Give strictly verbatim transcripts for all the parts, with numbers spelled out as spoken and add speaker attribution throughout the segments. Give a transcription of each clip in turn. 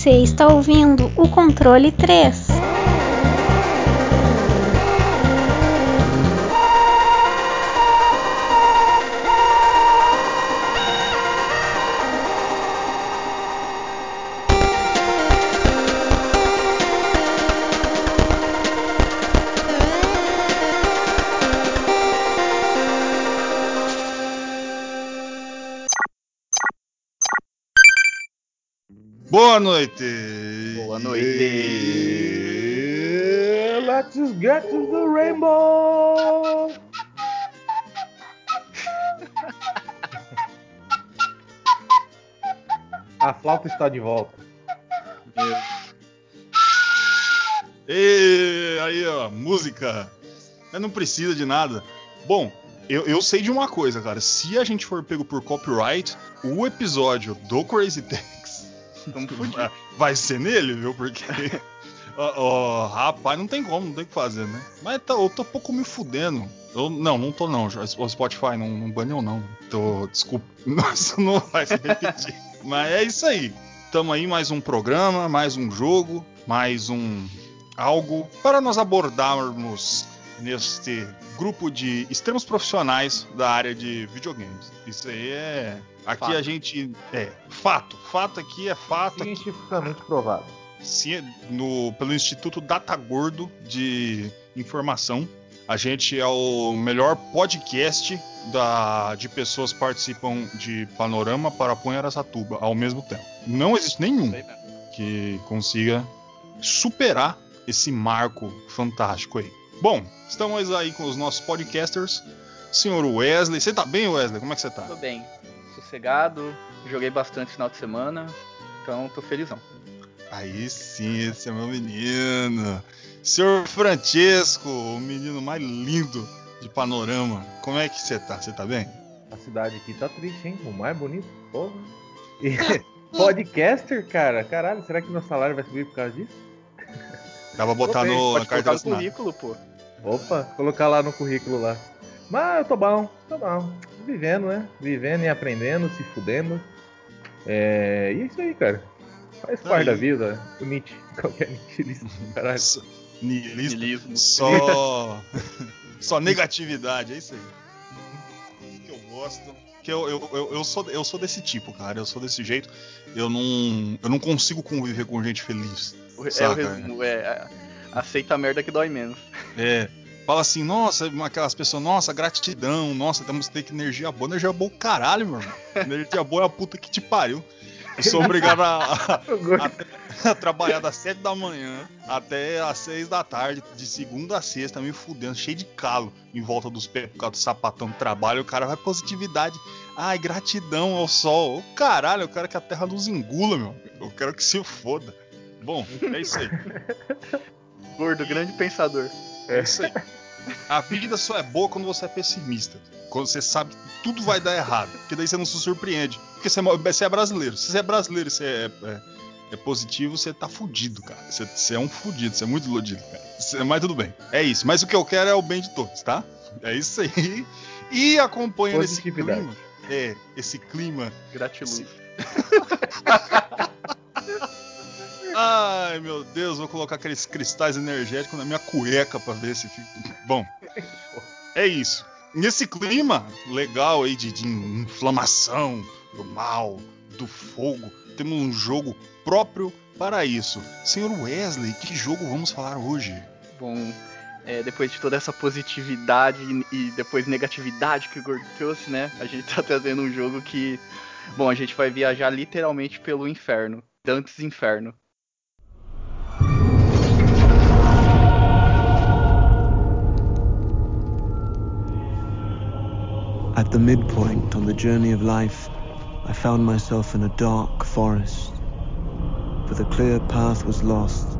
Speaker 1: Você está ouvindo o Controle três.
Speaker 2: Boa noite!
Speaker 3: Boa noite!
Speaker 4: Let's get to the rainbow! A flauta está de volta.
Speaker 3: Meu.
Speaker 2: E aí, ó, música. Mas não precisa de nada. Bom, eu, eu sei de uma coisa, cara. Se a gente for pego por copyright, o episódio do Crazy Taxi vai, vai ser nele, viu? Porque, ó, ó, rapaz, não tem como, não tem o que fazer, né? Mas tá, eu tô pouco me fudendo. Eu, não, não tô não. O Spotify não, não baniu não. Tô, desculpa. Nossa, não vai se repetir. Mas é isso aí. Tamo aí, mais um programa, mais um jogo, mais um algo para nós abordarmos neste grupo de extremos profissionais da área de videogames. Isso aí é... Aqui fato. A gente... É, fato. Fato aqui é fato.
Speaker 4: Cientificamente aqui. Provado.
Speaker 2: No, pelo Instituto Datagordo de Informação. A gente é o melhor podcast da, de pessoas que participam de Panorama para Punharasatuba ao mesmo tempo. Não existe nenhum que consiga superar esse marco fantástico aí. Bom, estamos aí com os nossos podcasters. Senhor Wesley, você tá bem, Wesley? Como é que você tá?
Speaker 3: Tô bem, sossegado, joguei bastante final de semana, então tô felizão.
Speaker 2: Aí sim, esse é meu menino. Senhor Francesco, o menino mais lindo de Panorama. Como é que você tá? Você tá bem?
Speaker 4: A cidade aqui tá triste, hein? O mais bonito, porra. E podcaster, cara? Caralho, será que meu salário vai subir por causa disso?
Speaker 2: Dá pra botar no,
Speaker 3: Pode
Speaker 2: na carteira
Speaker 3: no currículo, pô.
Speaker 4: Opa, colocar lá no currículo lá. Mas eu tô bom, tô bom. Vivendo, né? Vivendo e aprendendo, se fudendo. É... E é isso aí, cara. Faz
Speaker 2: Tá
Speaker 4: parte
Speaker 2: aí.
Speaker 4: da vida. O Nietzsche. Qualquer Nietzsche. Caralho.
Speaker 2: Nihilista.
Speaker 3: Nihilismo.
Speaker 2: Só... Só negatividade, é isso aí. Que eu gosto. Que eu, eu, eu, eu, sou, eu sou desse tipo, cara. Eu sou desse jeito. Eu não, eu não consigo conviver com gente feliz.
Speaker 3: É
Speaker 2: saca?
Speaker 3: o resumo, é... Aceita a merda que dói menos.
Speaker 2: É. Fala assim, nossa, aquelas pessoas, nossa, gratidão, nossa, temos que ter que energia boa. Energia boa, caralho, meu irmão. Energia boa é a puta que te pariu. Eu sou obrigado a, a, a, a trabalhar das sete da manhã até as seis da tarde, de segunda a sexta, me fudendo, cheio de calo em volta dos pés por causa do sapatão do trabalho. O cara vai positividade. Ai, gratidão ao sol. Ô, caralho, eu quero que a terra nos engula, meu. Eu quero que se foda. Bom, é isso aí.
Speaker 3: Gordo, grande pensador.
Speaker 2: É isso aí. A vida só é boa quando você é pessimista. Quando você sabe que tudo vai dar errado. Porque daí você não se surpreende. Porque você é, você é brasileiro. Se você é brasileiro e você é, é, é positivo, você tá fudido, cara. Você, você é um fudido, você é muito iludido, cara. Você, mas tudo bem. É isso. Mas o que eu quero é o bem de todos, tá? É isso aí. E acompanha esse clima. É, esse clima.
Speaker 3: Gratiluz.
Speaker 2: Esse... Ai, meu Deus, vou colocar aqueles cristais energéticos na minha cueca pra ver se fica... Bom, é isso. Nesse clima legal aí de, de inflamação, do mal, do fogo, temos um jogo próprio para isso. Senhor Wesley, que jogo vamos falar hoje?
Speaker 3: Bom, é, depois de toda essa positividade e, e depois negatividade que o Gordo trouxe, né? A gente tá trazendo um jogo que... Bom, a gente vai viajar literalmente pelo inferno. Dante's Inferno.
Speaker 5: At the midpoint on the journey of life, I found myself in a dark forest, for the clear path was lost.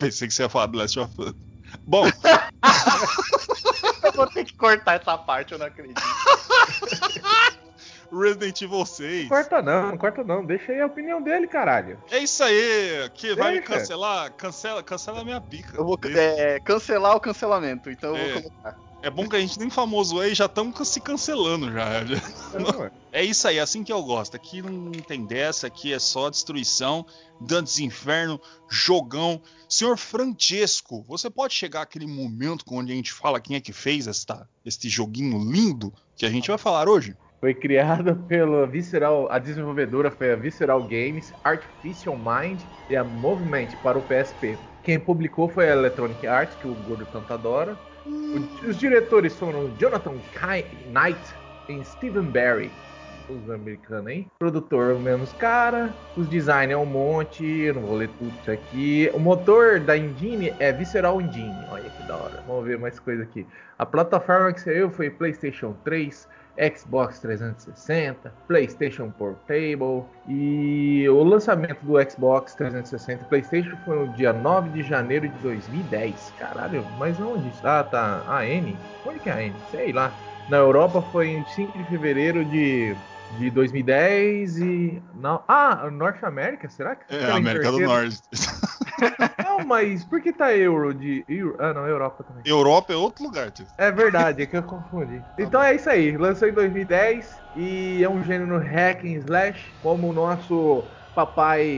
Speaker 2: Pensei que você ia falar do Last of Us. Bom.
Speaker 3: Eu vou ter que cortar essa parte, eu não acredito.
Speaker 2: Resident Evil seis.
Speaker 4: Não corta não, não corta não. Deixa aí a opinião dele, caralho.
Speaker 2: É isso aí. Que vai me
Speaker 4: Deixa.
Speaker 2: cancelar? Cancela, cancela a minha pica.
Speaker 3: Eu vou é, cancelar o cancelamento, então eu
Speaker 2: É.
Speaker 3: vou colocar.
Speaker 2: É bom que a gente nem famoso é e já estamos se cancelando já.
Speaker 4: Não, é.
Speaker 2: É isso aí, assim que eu gosto. Aqui não tem dessa, aqui é só destruição, Dantes Inferno, jogão. Senhor Francesco, você pode chegar àquele momento onde a gente fala quem é que fez esta, este joguinho lindo que a gente vai falar hoje?
Speaker 4: Foi criada pela Visceral, a desenvolvedora foi a Visceral Games, Artificial Mind e a Movement para o P S P. Quem publicou foi a Electronic Arts, que o Gordo tanto adora. O- Os diretores foram Jonathan Knight e Stephen Barry, os americanos, hein? Produtor menos cara, os design é um monte, eu não vou ler tudo isso aqui. O motor da engine é Visceral Engine, olha que da hora. Vamos ver mais coisa aqui. A plataforma que saiu foi PlayStation três, Xbox trezentos e sessenta, PlayStation Portable e o lançamento do Xbox trezentos e sessenta e PlayStation foi no dia nove de janeiro de dois mil e dez. Caralho, mas onde? Ah, tá. A N? Onde que é a N? Sei lá. Na Europa foi em cinco de fevereiro de, de dois mil e dez e... Não. Ah, Norte América? Será que
Speaker 2: É,
Speaker 4: ficaram em
Speaker 2: América do
Speaker 4: terceiro?
Speaker 2: Norte.
Speaker 4: Não, mas por que tá Euro de... Euro? Ah, não, Europa também.
Speaker 2: Europa é outro lugar, tio.
Speaker 4: É verdade, é que eu confundi. Então
Speaker 2: bom.
Speaker 4: é isso aí, lançou em dois mil e dez e é um gênero hack and slash, como o nosso papai,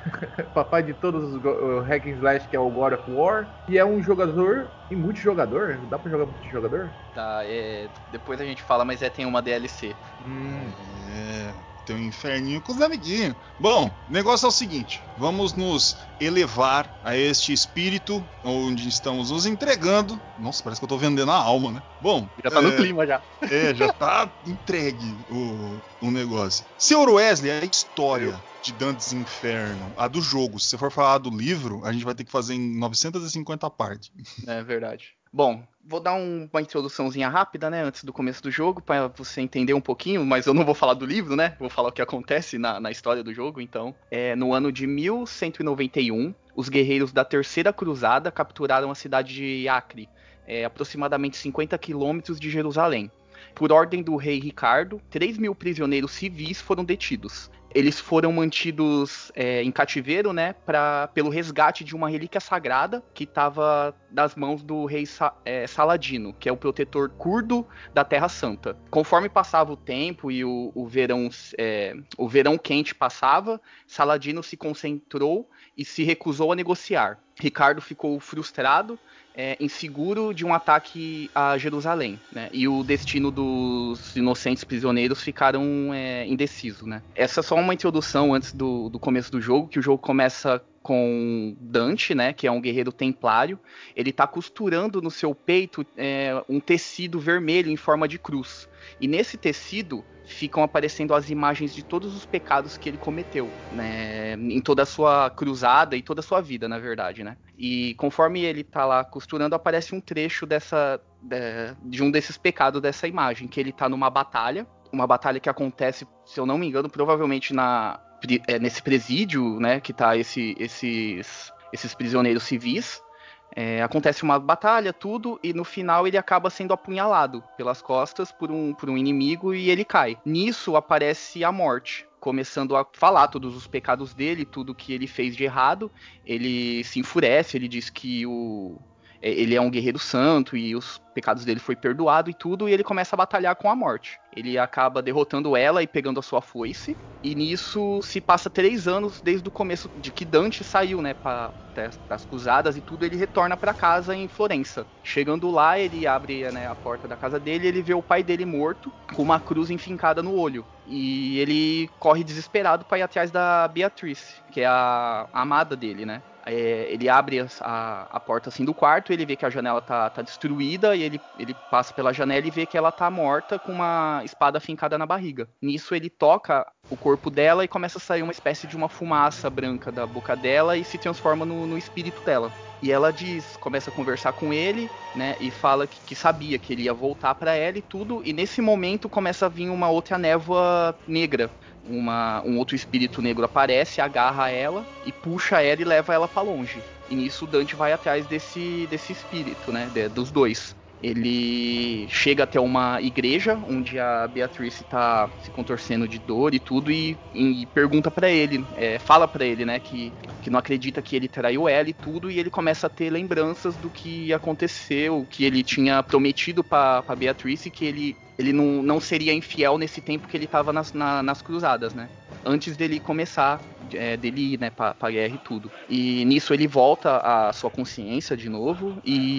Speaker 4: papai de todos os go- hack and slash, que é o God of War, e é um jogador e multijogador, dá pra jogar multijogador?
Speaker 3: Tá, é, depois a gente fala, mas é, tem uma D L C.
Speaker 4: Hum,
Speaker 2: É, tem um inferninho com os amiguinhos. Bom, o negócio é o seguinte: vamos nos elevar a este espírito onde estamos nos entregando. Nossa, parece que eu tô vendendo a alma, né? Bom,
Speaker 3: Já tá
Speaker 2: é,
Speaker 3: no clima já.
Speaker 2: É, já tá entregue o, o negócio. Senhor Wesley, a história de Dantes Inferno, a do jogo, se você for falar do livro, a gente vai ter que fazer em novecentas e cinquenta partes.
Speaker 3: É verdade. Bom, vou dar um- uma introduçãozinha rápida, né, antes do começo do jogo, para você entender um pouquinho, mas eu não vou falar do livro, né? Vou falar o que acontece na, na história do jogo, então. É, no ano de mil cento e noventa e um, os guerreiros da Terceira Cruzada capturaram a cidade de Acre, é, aproximadamente cinquenta quilômetros de Jerusalém. Por ordem do rei Ricardo, três mil prisioneiros civis foram detidos. Eles foram mantidos é, em cativeiro, né, pra, pelo resgate de uma relíquia sagrada que estava nas mãos do rei Sa, é, Saladino, que é o protetor curdo da Terra Santa. Conforme passava o tempo e o, o, verão, é, o verão quente passava, Saladino se concentrou e se recusou a negociar. Ricardo ficou frustrado, é, inseguro de um ataque a Jerusalém, né? E o destino dos inocentes prisioneiros ficaram é, indeciso, né? Essa é só uma introdução antes do, do começo do jogo, que o jogo começa com Dante, né, que é um guerreiro templário. Ele tá costurando no seu peito é, um tecido vermelho em forma de cruz. E nesse tecido ficam aparecendo as imagens de todos os pecados que ele cometeu, né, em toda a sua cruzada e toda a sua vida, na verdade, né. E conforme ele tá lá costurando, aparece um trecho dessa, de, de um desses pecados dessa imagem, que ele tá numa batalha, uma batalha que acontece, se eu não me engano, provavelmente na, é, nesse presídio, né, que tá esse, esses, esses prisioneiros civis. É, acontece uma batalha, tudo, e no final ele acaba sendo apunhalado pelas costas por um, por um inimigo e ele cai. Nisso aparece a morte, começando a falar todos os pecados dele, tudo que ele fez de errado. Ele se enfurece, ele diz que o, ele é um guerreiro santo e os pecados dele foi perdoado e tudo, e ele começa a batalhar com a morte. Ele acaba derrotando ela e pegando a sua foice, e nisso se passa três anos desde o começo de que Dante saiu, né, para as cruzadas e tudo, ele retorna para casa em Florença. Chegando lá, ele abre, né, a porta da casa dele e ele vê o pai dele morto, com uma cruz enfincada no olho. E ele corre desesperado para ir atrás da Beatriz, que é a, a amada dele, né? É, ele abre a, a porta assim do quarto, ele vê que a janela tá, tá destruída, e ele, ele passa pela janela e vê que ela tá morta com uma espada fincada na barriga. Nisso ele toca o corpo dela e começa a sair uma espécie de uma fumaça branca da boca dela e se transforma no, no espírito dela. E ela diz, começa a conversar com ele, né, e fala que, que sabia que ele ia voltar pra ela e tudo, e nesse momento começa a vir uma outra névoa negra. Uma, um outro espírito negro aparece, agarra ela e puxa ela e leva ela pra longe. E nisso o Dante vai atrás desse, desse espírito, né, de, dos dois. Ele chega até uma igreja onde a Beatrice tá se contorcendo de dor e tudo e, e pergunta pra ele, é, fala pra ele, né, que, que não acredita que ele traiu ela e tudo, e ele começa a ter lembranças do que aconteceu, que ele tinha prometido pra, pra Beatrice, que ele, ele não, não seria infiel nesse tempo que ele tava nas, na, nas cruzadas, né, antes dele começar, é, dele ir, né, pra, pra guerra e tudo. E nisso ele volta à sua consciência de novo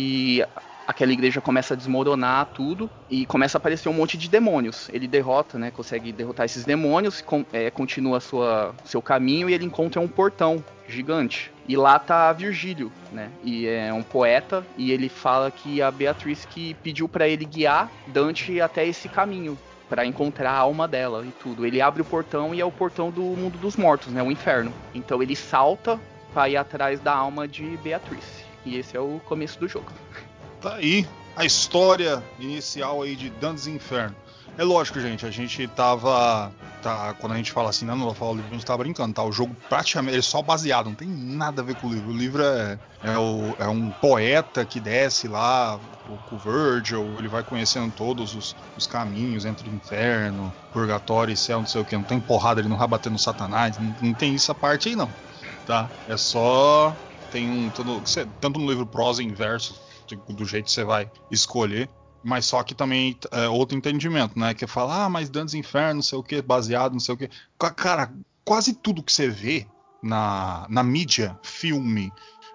Speaker 3: e aquela igreja começa a desmoronar tudo e começa a aparecer um monte de demônios. Ele derrota, né? Consegue derrotar esses demônios, com, é, continua sua, seu caminho e ele encontra um portão gigante. E lá tá Virgílio, né? E é um poeta e ele fala que a Beatriz que pediu para ele guiar Dante até esse caminho, para encontrar a alma dela e tudo. Ele abre o portão e é o portão do mundo dos mortos, né? O inferno. Então ele salta para ir atrás da alma de Beatriz. E esse é o começo do jogo.
Speaker 2: Tá aí a história inicial aí de Dantes Inferno. É lógico, gente, a gente tava... Tá, quando a gente fala assim, não, não vou falar o livro, a gente tá brincando, tá? O jogo praticamente, ele é só baseado, não tem nada a ver com o livro. O livro é, é, o, é um poeta que desce lá com o Virgil, ele vai conhecendo todos os, os caminhos entre o inferno, purgatório e céu, não sei o que. Não tem porrada, ele não vai bater no Satanás, não, não tem essa parte aí não, tá? É só... Tem um... Tanto, tanto no livro prosa e verso, do jeito que você vai escolher, mas só que também é outro entendimento, né? Que fala, ah, mas Dantes Inferno, não sei o que, baseado, não sei o que. Cara, quase tudo que você vê na, na mídia, filme,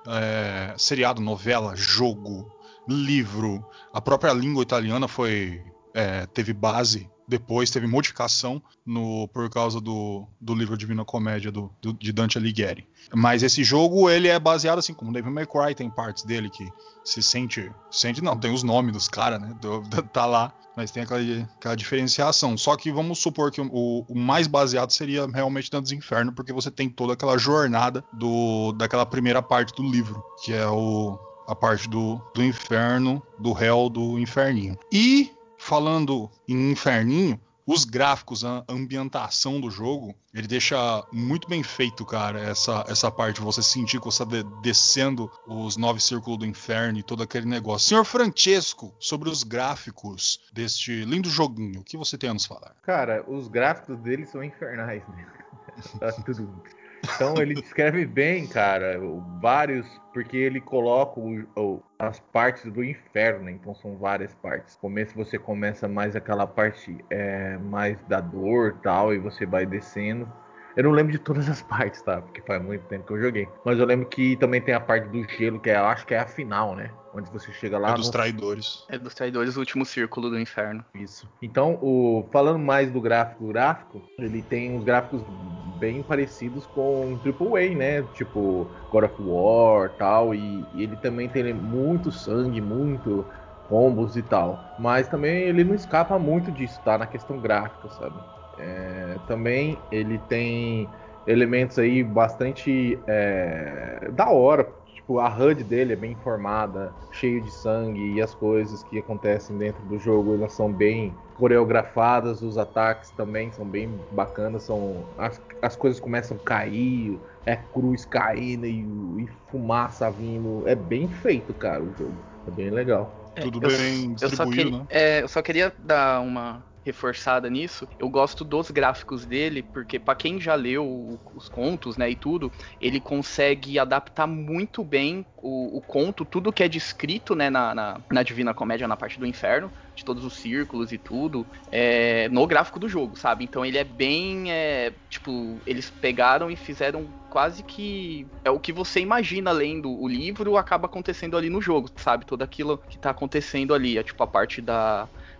Speaker 2: é, seriado, novela, jogo, livro, a própria língua italiana foi é, teve base. Depois teve modificação no, por causa do, do livro Divina Comédia do, do, de Dante Alighieri. Mas esse jogo ele é baseado assim como Devil May Cry, tem partes dele que se sente, sente não, tem os nomes dos caras, né? Do, tá lá, mas tem aquela, aquela diferenciação. Só que vamos supor que o, o mais baseado seria realmente Dantes Inferno, porque você tem toda aquela jornada do, daquela primeira parte do livro, que é o, a parte do, do inferno, do réu, do inferninho. E falando em inferninho, os gráficos, a ambientação do jogo, ele deixa muito bem feito, cara, essa, essa parte de você sentir que você está de, descendo os nove círculos do inferno e todo aquele negócio. Senhor Francesco, sobre os gráficos deste lindo joguinho, o que você tem a nos falar?
Speaker 4: Cara, os gráficos dele são infernais, né? Tá tudo... Então ele descreve bem, cara, vários, porque ele coloca o, o, as partes do inferno, né? Então são várias partes. No começo você começa mais aquela parte é, mais da dor e tal, e você vai descendo. Eu não lembro de todas as partes, tá? Porque faz muito tempo que eu joguei. Mas eu lembro que também tem a parte do gelo, que é, eu acho que é a final, né? Onde você chega lá...
Speaker 2: É dos
Speaker 4: no...
Speaker 2: traidores.
Speaker 3: É dos traidores, o último círculo do inferno.
Speaker 4: Isso. Então, o... falando mais do gráfico gráfico, ele tem uns gráficos bem parecidos com Triple A, né? Tipo God of War e tal. E ele também tem muito sangue, muito combos e tal. Mas também ele não escapa muito disso, tá? Na questão gráfica, sabe? É... Também ele tem elementos aí bastante é... da hora. Tipo, a H U D dele é bem informada, cheio de sangue, e as coisas que acontecem dentro do jogo, elas são bem coreografadas, os ataques também são bem bacanas, são as, as coisas começam a cair, é cruz caindo e, e fumaça vindo, é bem feito, cara, o jogo, é bem legal.
Speaker 3: É,
Speaker 2: Tudo
Speaker 3: eu,
Speaker 2: bem
Speaker 3: eu só
Speaker 2: distribuído,
Speaker 3: queria,
Speaker 2: né?
Speaker 3: é, eu só queria dar uma reforçada nisso. Eu gosto dos gráficos dele, porque pra quem já leu o, os contos, né, e tudo, ele consegue adaptar muito bem o, o conto, tudo que é descrito, né, na, na, na Divina Comédia, na parte do inferno, de todos os círculos e tudo, é, no gráfico do jogo, sabe? Então ele é bem, é, tipo, eles pegaram e fizeram quase que é o que você imagina lendo o livro acaba acontecendo ali no jogo, sabe? Tudo aquilo que tá acontecendo ali, é tipo a parte da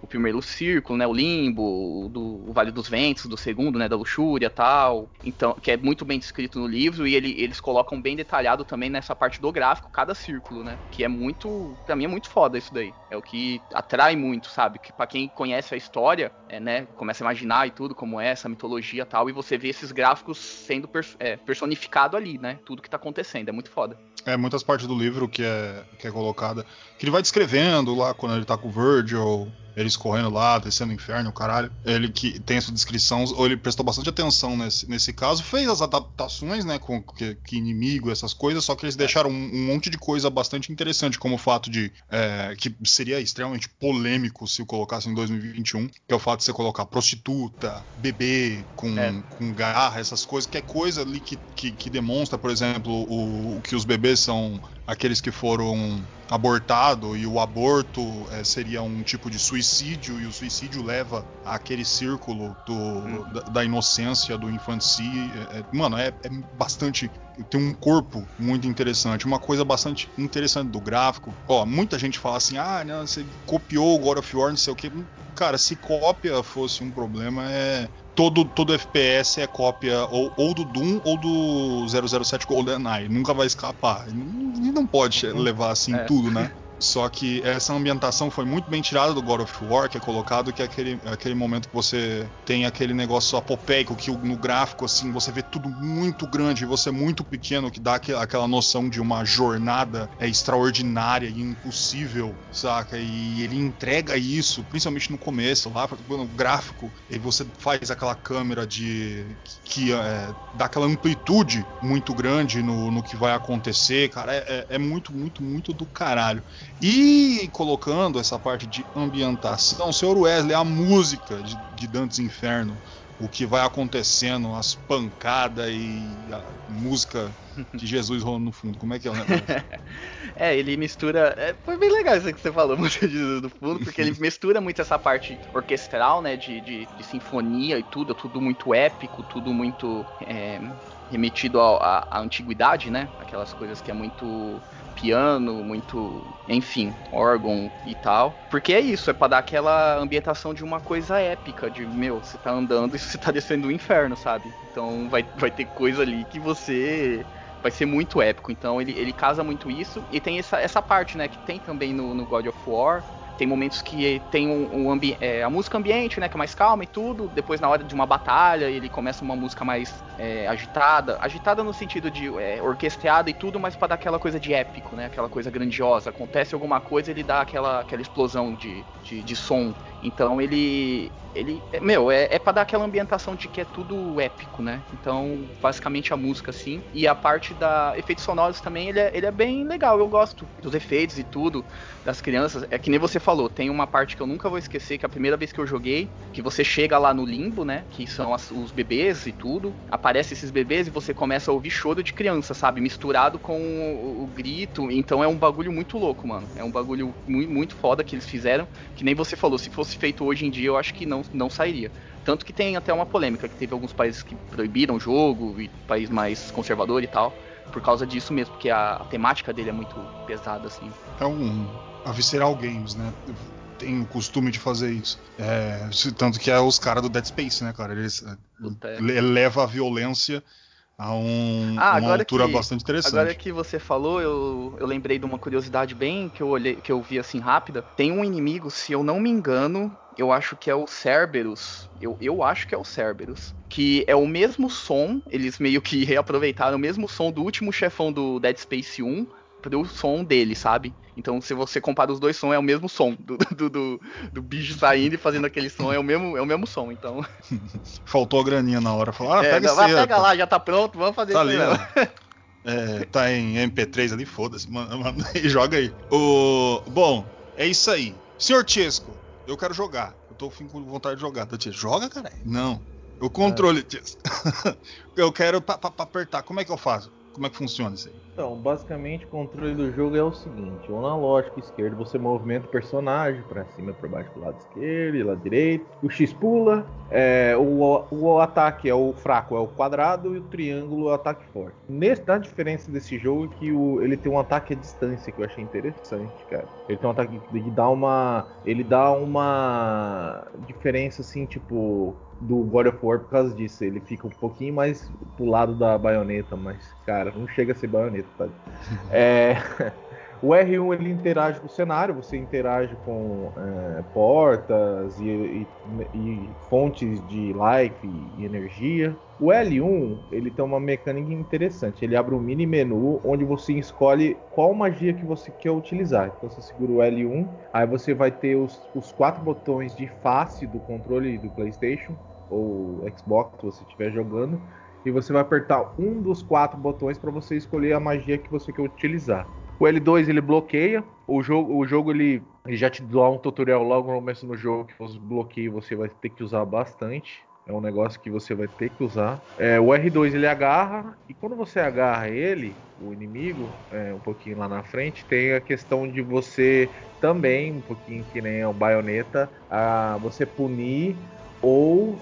Speaker 3: o primeiro círculo, né? O limbo, o, do, o Vale dos Ventos, do segundo, né? Da luxúria e tal. Então, que é muito bem descrito no livro, e ele, eles colocam bem detalhado também nessa parte do gráfico, cada círculo, né? Que é muito, pra mim é muito foda isso daí. É o que atrai muito, sabe? Que pra quem conhece a história, é, né? Começa a imaginar e tudo, como é essa mitologia e tal, e você vê esses gráficos sendo pers- é, personificado ali, né? Tudo que tá acontecendo, é muito foda.
Speaker 2: É, muitas partes do livro que é, que é colocada, que ele vai descrevendo lá quando ele tá com o Virgil, eles correndo lá, descendo o inferno, caralho. Ele que tem essa descrição, ou ele prestou bastante atenção nesse, nesse caso, fez as adaptações, né, com que, que inimigo, essas coisas, só que eles deixaram um, um monte de coisa bastante interessante, como o fato de, é, que seria extremamente polêmico se o colocasse em dois mil e vinte e um, que é o fato de você colocar prostituta, bebê, com,
Speaker 3: É.
Speaker 2: com garra, essas coisas, que é coisa ali que, que, que demonstra, por exemplo, o, o que os bebês são aqueles que foram abortados, e o aborto é, seria um tipo de suicídio, e o suicídio leva àquele círculo do, hum. da, da inocência, do infantil. É, é, mano, é, é bastante... Tem um corpo muito interessante, uma coisa bastante interessante do gráfico. Ó, muita gente fala assim, ah, não, você copiou o God of War, não sei o que. Cara, se cópia fosse um problema, é... Todo, todo F P S é cópia ou, ou do Doom ou do zero zero sete GoldenEye. Nunca vai escapar. E não pode levar assim
Speaker 3: é.
Speaker 2: tudo, né? Só que essa ambientação foi muito bem tirada do God of War, que é colocado, que é aquele, aquele momento que você tem aquele negócio apopeico, que no gráfico, assim, você vê tudo muito grande e você muito pequeno, que dá aquela noção de uma jornada é, extraordinária e impossível, saca? E ele entrega isso, principalmente no começo, lá no gráfico, e você faz aquela câmera de... que é, dá aquela amplitude muito grande no, no que vai acontecer, cara, é, é muito, muito, muito do caralho. E colocando essa parte de ambientação, senhor Wesley, a música de, de Dantes Inferno, o que vai acontecendo, as pancadas e a música de Jesus rolando no fundo, como é que é o negócio?
Speaker 3: É, ele mistura... É, foi bem legal isso que você falou, música de Jesus no fundo, porque ele mistura muito essa parte orquestral, né, de, de, de sinfonia e tudo, tudo muito épico, tudo muito é, remetido à, à antiguidade, né, aquelas coisas que é muito... piano, muito, enfim, órgão e tal. Porque é isso, é pra dar aquela ambientação de uma coisa épica, de, meu, você tá andando e você tá descendo o inferno, sabe? Então vai, vai ter coisa ali que você... vai ser muito épico. Então ele, ele casa muito isso. E tem essa, essa parte, né, que tem também no, no God of War. Tem momentos que tem um, um ambi- é, a música ambiente, né, que é mais calma e tudo. Depois, na hora de uma batalha, ele começa uma música mais é, agitada. Agitada no sentido de é, orquestrada e tudo, mas pra dar aquela coisa de épico, né, aquela coisa grandiosa. Acontece alguma coisa, ele dá aquela, aquela explosão de, de, de som. Então ele... ele meu, é, é pra dar aquela ambientação de que é tudo épico, né? Então, basicamente a música, assim. E a parte da efeitos sonoros também, ele é, ele é bem legal. Eu gosto dos efeitos e tudo, das crianças. É que nem você falou, tem uma parte que eu nunca vou esquecer, que é a primeira vez que eu joguei, que você chega lá no limbo, né? Que são as, os bebês e tudo. Aparecem esses bebês e você começa a ouvir choro de criança, sabe? Misturado com o, o grito. Então é um bagulho muito louco, mano. É um bagulho muito, muito foda que eles fizeram. Que nem você falou, se fosse feito hoje em dia, eu acho que não, não sairia. Tanto que tem até uma polêmica, que teve alguns países que proibiram o jogo, e país mais conservador e tal, por causa disso mesmo, porque a, a temática dele é muito pesada, assim.
Speaker 2: É um... a Visceral Games, né? Tem o costume de fazer isso. É, tanto que é os caras do Dead Space, né, cara? Eles eleva a violência a um,
Speaker 3: ah,
Speaker 2: uma altura
Speaker 3: que,
Speaker 2: bastante interessante.
Speaker 3: Agora que você falou, eu, eu lembrei de uma curiosidade bem que eu olhei, que eu vi assim rápida. Tem um inimigo, se eu não me engano, eu acho que é o Cerberus. Eu, eu acho que é o Cerberus. Que é o mesmo som, eles meio que reaproveitaram o mesmo som do último chefão do Dead Space um pro som dele, sabe? Então, se você compara os dois sons, é o mesmo som do, do, do, do bicho saindo e fazendo aquele som, é o mesmo, é o mesmo som, então...
Speaker 2: Faltou a graninha na hora, falou, ah,
Speaker 3: é,
Speaker 2: pega
Speaker 3: não,
Speaker 2: esse aí,
Speaker 3: pega lá, já tá pronto, vamos fazer
Speaker 2: tá
Speaker 3: isso
Speaker 2: ali,
Speaker 3: aí
Speaker 2: ó. É, tá em M P três ali, foda-se, mano, mano, e joga aí. O... Bom, é isso aí. Senhor Chesco, eu quero jogar. Eu tô com vontade de jogar. Tá, Chesco? Joga, caralho. Não. O controle, é. Chesco. Eu quero pra, pra, pra apertar. Como é que eu faço? Como é que funciona isso aí?
Speaker 4: Então, basicamente o controle do jogo é o seguinte: o analógico esquerdo você movimenta o personagem para cima, para baixo, pro lado esquerdo e lado direito. O X pula, é, o, o ataque é o fraco, é o quadrado, e o triângulo é o ataque forte. Nesse, a diferença desse jogo é que o, ele tem um ataque à distância que eu achei interessante, cara. Ele tem um ataque que dá uma, ele dá uma diferença assim, tipo, do God of War por causa disso. Ele fica um pouquinho mais pro lado da baioneta, mas, cara, não chega a ser baioneta, tá? É... O R um ele interage com o cenário, você interage com é, portas e, e, e fontes de life e energia. O L um ele tem uma mecânica interessante. Ele abre um mini menu onde você escolhe qual magia que você quer utilizar. Então você segura o L um, aí você vai ter os, os quatro botões de face do controle do PlayStation ou Xbox que você estiver jogando, e você vai apertar um dos quatro botões para você escolher a magia que você quer utilizar. O L dois ele bloqueia, o jogo, o jogo ele, ele já te dá um tutorial logo no começo do jogo que os bloqueios você vai ter que usar bastante. É um negócio que você vai ter que usar. É, o R dois ele agarra, e quando você agarra ele, o inimigo, é, um pouquinho lá na frente, tem a questão de você também, um pouquinho que nem o Bayonetta, a você punir ou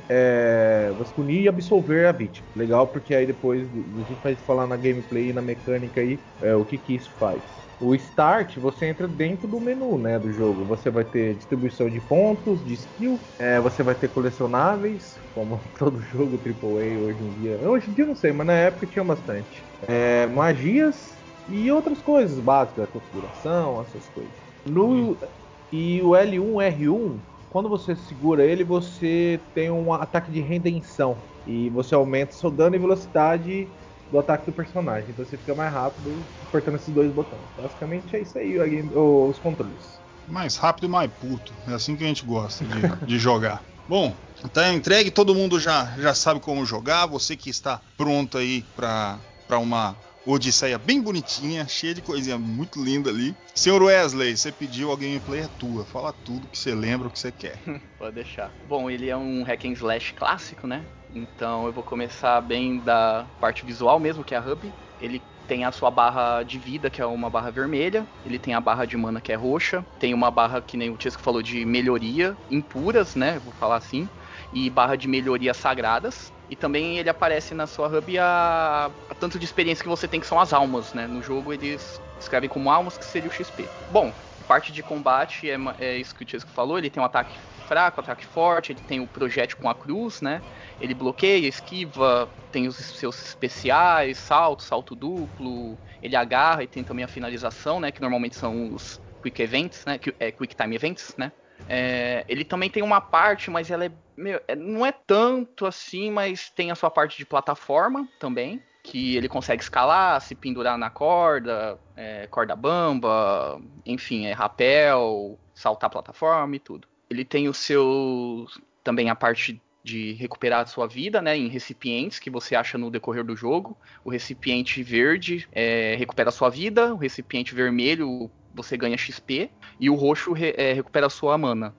Speaker 4: é, você punir e absolver a vítima. Legal, porque aí depois a gente vai falar na gameplay e na mecânica aí é, o que, que isso faz. O Start, você entra dentro do menu, né, do jogo. Você vai ter distribuição de pontos, de skill, é, você vai ter colecionáveis, como todo jogo triplo A hoje em dia. Hoje em dia eu não sei, mas na época tinha bastante. É, magias e outras coisas básicas, configuração, essas coisas. No, e o L um R um, quando você segura ele, você tem um ataque de redenção. E você aumenta seu dano e velocidade do ataque do personagem. Então você fica mais rápido apertando esses dois botões. Basicamente é isso aí, os controles.
Speaker 2: Mais rápido e mais puto. É assim que a gente gosta de, de jogar. Bom, tá entregue, todo mundo já, já sabe como jogar. Você que está pronto aí para uma odisseia bem bonitinha, cheia de coisinha muito linda ali. senhor Wesley, você pediu, a gameplay é tua. Fala tudo que você lembra, o que você quer.
Speaker 3: Pode deixar. Bom, ele é um hack and slash clássico, né? Então eu vou começar bem da parte visual mesmo, que é a hub. Ele tem a sua barra de vida, que é uma barra vermelha. Ele tem a barra de mana, que é roxa. Tem uma barra, que nem o Chesco falou, de melhoria impuras, né? Vou falar assim. E barra de melhoria sagradas. E também ele aparece na sua hub a, a tanto de experiência que você tem, que são as almas, né? No jogo eles escrevem como almas, que seria o X P. Bom, parte de combate é, é isso que o Chesco falou. Ele tem um ataque fraco, ataque forte. Ele tem o projétil com a cruz, né? Ele bloqueia, esquiva, tem os seus especiais, salto, salto duplo. Ele agarra e tem também a finalização, né? Que normalmente são os Quick Events, né? É, Quick Time Events, né? É, ele também tem uma parte, mas ela é, meu, não é tanto assim, mas tem a sua parte de plataforma também, que ele consegue escalar, se pendurar na corda, é, corda bamba, enfim, é rapel, saltar a plataforma e tudo. Ele tem o seu, também a parte de recuperar a sua vida, né, em recipientes que você acha no decorrer do jogo. O recipiente verde é, recupera a sua vida, o recipiente vermelho você ganha X P, e o roxo re, é, recupera a sua mana.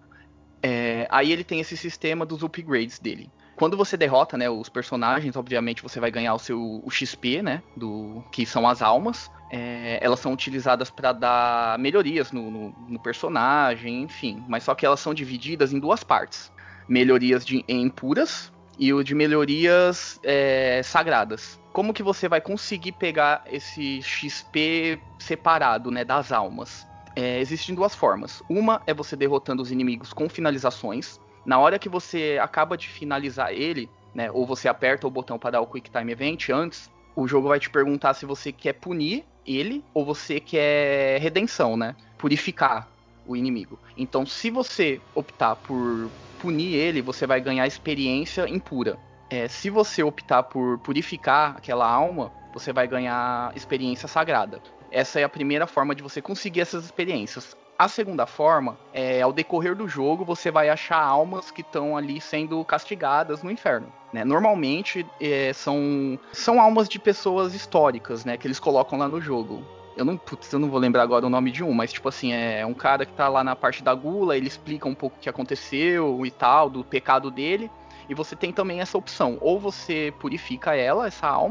Speaker 3: É, aí ele tem esse sistema dos upgrades dele. Quando você derrota, né, os personagens, obviamente você vai ganhar o seu o X P, né, do, que são as almas. É, elas são utilizadas para dar melhorias no, no, no personagem, enfim. Mas só que elas são divididas em duas partes. Melhorias de, em puras e o de melhorias é, sagradas. Como que você vai conseguir pegar esse X P separado, né, das almas? É, existem duas formas. Uma é você derrotando os inimigos com finalizações. Na hora que você acaba de finalizar ele, né, ou você aperta o botão para dar o Quick Time Event antes, o jogo vai te perguntar se você quer punir ele ou você quer redenção, né? Purificar o inimigo. Então, se você optar por punir ele, você vai ganhar experiência impura. É, se você optar por purificar aquela alma, você vai ganhar experiência sagrada. Essa é a primeira forma de você conseguir essas experiências. A segunda forma é, ao decorrer do jogo, você vai achar almas que estão ali sendo castigadas no inferno. Né? Normalmente é, são, são almas de pessoas históricas, né, que eles colocam lá no jogo. Eu não, putz, eu não vou lembrar agora o nome de um, mas tipo assim, é um cara que tá lá na parte da gula, ele explica um pouco o que aconteceu e tal, do pecado dele. E você tem também essa opção, ou você purifica ela, essa alma,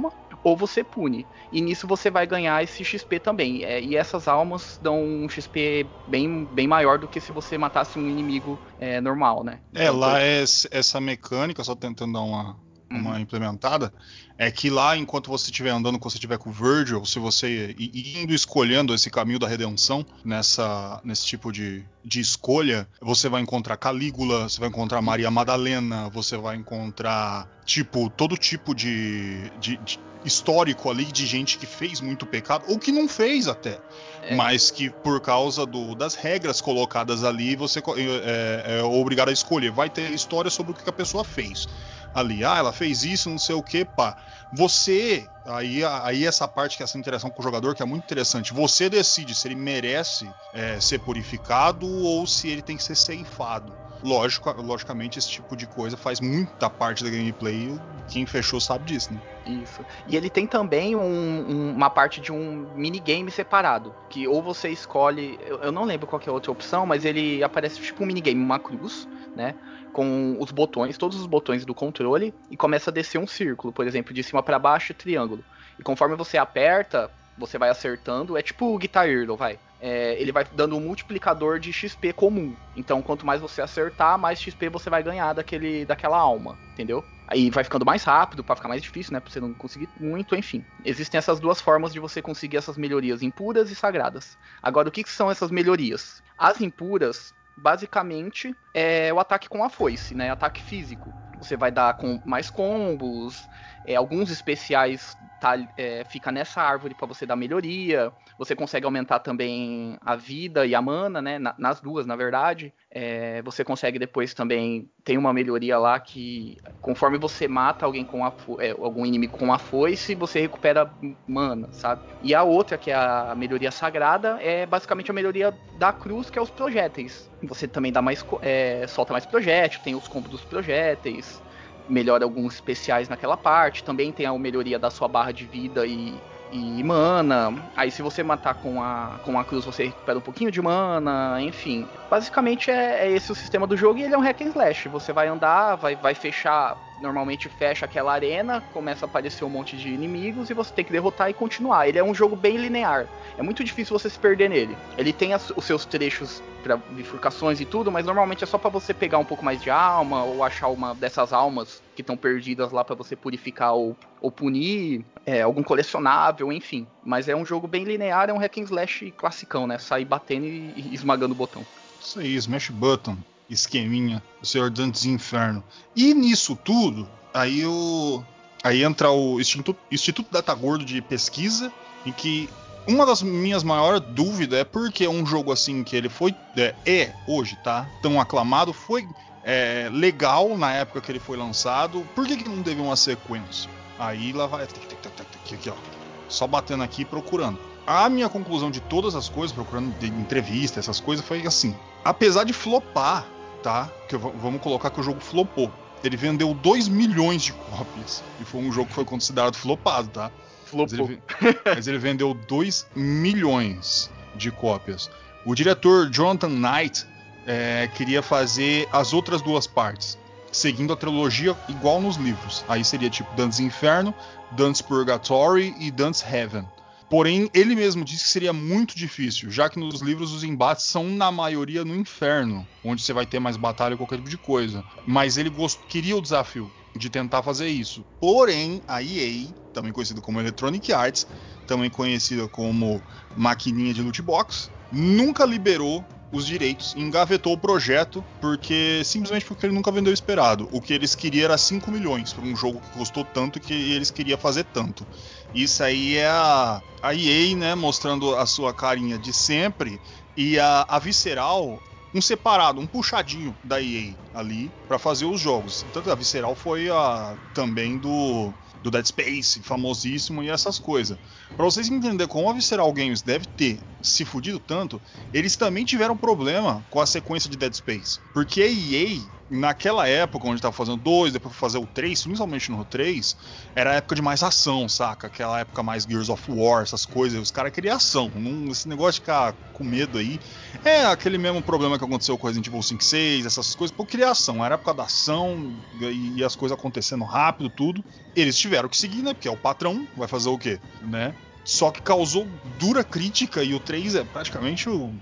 Speaker 3: ou você pune. E nisso você vai ganhar esse X P também. É, e essas almas dão um X P bem, bem maior do que se você matasse um inimigo é, normal, né?
Speaker 2: É,
Speaker 3: Então,
Speaker 2: lá
Speaker 3: por-
Speaker 2: é essa mecânica, só tentando dar uma, uma
Speaker 3: Uhum.
Speaker 2: implementada, é que lá, enquanto você estiver andando, quando você estiver com o Virgil, se você i- indo escolhendo esse caminho da redenção, nessa, nesse tipo de, de escolha, você vai encontrar Calígula, você vai encontrar Maria Madalena, você vai encontrar, tipo, todo tipo de, de, de histórico ali de gente que fez muito pecado, ou que não fez até,
Speaker 3: É.
Speaker 2: mas que por causa do, das regras colocadas ali, você co- é, é obrigado a escolher. Vai ter história sobre o que a pessoa fez ali. Ah, ela fez isso, não sei o que, pá. Você, aí, aí essa parte que é essa interação com o jogador, que é muito interessante, você decide se ele merece é, ser purificado ou se ele tem que ser ceifado. Lógico, logicamente, esse tipo de coisa faz muita parte da gameplay. Quem fechou sabe disso, né?
Speaker 3: Isso. E ele tem também um- um- uma parte de um minigame separado. Que ou você escolhe. Eu, eu não lembro qual que é a outra opção, mas ele aparece tipo um minigame, uma cruz, né? Com os botões, todos os botões do controle, e começa a descer um círculo, por exemplo, de cima para baixo, triângulo. E conforme você aperta, você vai acertando. É tipo o Guitar Hero, vai. É, ele vai dando um multiplicador de X P comum. Então, quanto mais você acertar, mais X P você vai ganhar daquele, daquela alma, entendeu? Aí vai ficando mais rápido, pra ficar mais difícil, né? Pra você não conseguir muito, enfim. Existem essas duas formas de você conseguir essas melhorias, impuras e sagradas. Agora, o que, que são essas melhorias? As impuras, basicamente, é o ataque com a foice, né? Ataque físico. Você vai dar com mais combos, é, alguns especiais tá, é, fica nessa árvore para você dar melhoria. Você consegue aumentar também a vida e a mana, né? Na, nas duas, na verdade. É, você consegue depois também. Tem uma melhoria lá que, conforme você mata alguém com a fo- é, algum inimigo com a foice, você recupera mana, sabe? E a outra, que é a melhoria sagrada, é basicamente a melhoria da cruz, que é os projéteis. Você também dá mais. É, solta mais projétil, tem os combos dos projéteis. Melhora alguns especiais naquela parte. Também tem a melhoria da sua barra de vida e, e mana. Aí se você matar com a, com a cruz, você recupera um pouquinho de mana. Enfim, basicamente é, é esse o sistema do jogo. E ele é um hack and slash. Você vai andar, vai, vai fechar. Normalmente fecha aquela arena, começa a aparecer um monte de inimigos e você tem que derrotar e continuar. Ele é um jogo bem linear. É muito difícil você se perder nele. Ele tem as, os seus trechos para bifurcações e tudo, mas normalmente é só para você pegar um pouco mais de alma ou achar uma dessas almas que estão perdidas lá para você purificar ou, ou punir, é, algum colecionável, enfim. Mas é um jogo bem linear, é um hack and slash classicão, né? Sair batendo e, e esmagando o botão.
Speaker 2: Isso aí, Smash Button, esqueminha, o Senhor Dantes Inferno. E nisso tudo, aí o. Aí entra o Instituto, Instituto Data Gordo de pesquisa, em que uma das minhas maiores dúvidas é porque um jogo assim que ele foi. É, é hoje, tá? Tão aclamado, foi é, legal na época que ele foi lançado. Por que, que não teve uma sequência? Aí lá vai. Aqui, aqui, ó. Só batendo aqui e procurando. A minha conclusão de todas as coisas, procurando de entrevista, essas coisas, foi assim. Apesar de flopar, tá? Que eu, vamos colocar que o jogo flopou. Ele vendeu dois milhões de cópias. E foi um jogo que foi considerado flopado, tá? Mas ele, mas ele vendeu dois milhões de cópias. O diretor Jonathan Knight é, queria fazer as outras duas partes, seguindo a trilogia igual nos livros. Aí seria tipo Dante's Inferno, Dante's Purgatory e Dante's Heaven. Porém, ele mesmo disse que seria muito difícil, já que nos livros os embates são na maioria no inferno, onde você vai ter mais batalha ou qualquer tipo de coisa. Mas ele gost... queria o desafio de tentar fazer isso. Porém, a E A, também conhecida como Electronic Arts, também conhecida como maquininha de loot box, nunca liberou os direitos, engavetou o projeto, porque simplesmente porque ele nunca vendeu o esperado. O que eles queriam era cinco milhões para um jogo que custou tanto que eles queriam fazer tanto. Isso aí é a, a E A, né, mostrando a sua carinha de sempre, e a, a Visceral, um separado, um puxadinho da E A ali para fazer os jogos. Tanto a Visceral foi a, também do, do Dead Space, famosíssimo e essas coisas. Para vocês entenderem como a Visceral Games deve ter se fudido tanto, eles também tiveram problema com a sequência de Dead Space. Porque a E naquela época, onde tava fazendo dois, depois fazer o três, principalmente no três, era a época de mais ação, saca? Aquela época mais Gears of War, essas coisas, os caras queriam ação. Não, esse negócio de ficar com medo aí. É aquele mesmo problema que aconteceu com Resident Evil cinco, seis, essas coisas, por criar ação. Era a época da ação e, e as coisas acontecendo rápido, tudo. Eles tiveram que seguir, né? Porque é o patrão, vai fazer o quê? Né? Só que causou dura crítica e o três é praticamente o.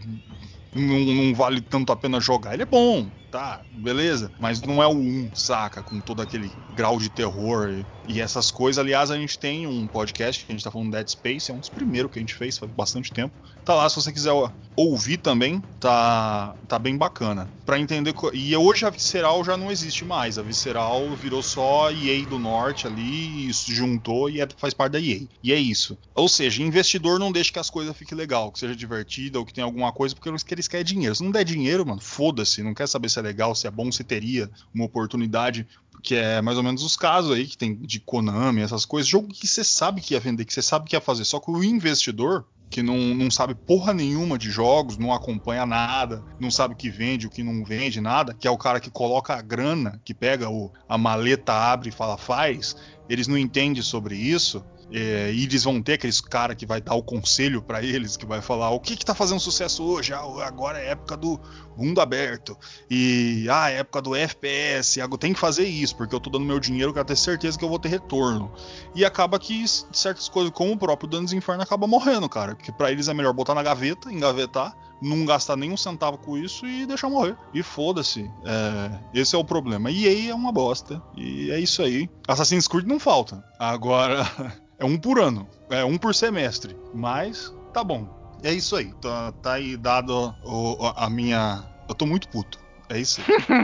Speaker 2: Não, não vale tanto a pena jogar. Ele é bom, tá, beleza. Mas não é o um, saca? Com todo aquele grau de terror e, e essas coisas. Aliás, a gente tem um podcast que a gente tá falando Dead Space. É um dos primeiros que a gente fez faz bastante tempo. Tá lá, se você quiser ouvir também, tá, tá bem bacana. Pra entender... Co... E hoje a Visceral já não existe mais. A Visceral virou só E A do Norte ali, se juntou e é, faz parte da E A. E é isso. Ou seja, investidor não deixa que as coisas fiquem legal, que seja divertida ou que tenha alguma coisa, porque eles querem dinheiro. Se não der dinheiro, mano, foda-se. Não quer saber se é legal, se é bom, se teria uma oportunidade. Que é mais ou menos os casos aí que tem de Konami, essas coisas. Jogo que você sabe que ia vender, que você sabe que ia fazer. Só que o investidor, que não, não sabe porra nenhuma de jogos, não acompanha nada, não sabe o que vende, o que não vende, nada, que é o cara que coloca a grana, que pega o, a maleta, abre e fala faz, eles não entendem sobre isso. É, e eles vão ter aqueles cara que vai dar o conselho pra eles, que vai falar o que que tá fazendo sucesso hoje, ah, agora é época do mundo aberto e ah, é época do F P S, eu tenho que fazer isso porque eu tô dando meu dinheiro, eu quero ter certeza que eu vou ter retorno, e acaba que certas coisas, como o próprio Dantes Inferno, acaba morrendo, cara, porque pra eles é melhor botar na gaveta, engavetar, não gastar nem um centavo com isso e deixar morrer, e foda-se. É, esse é o problema. E E A é uma bosta, e é isso aí. Assassin's Creed não falta, agora é um por ano, é um por semestre, mas tá bom. É isso aí, tá, tá aí dado o, a minha... Eu tô muito puto, é isso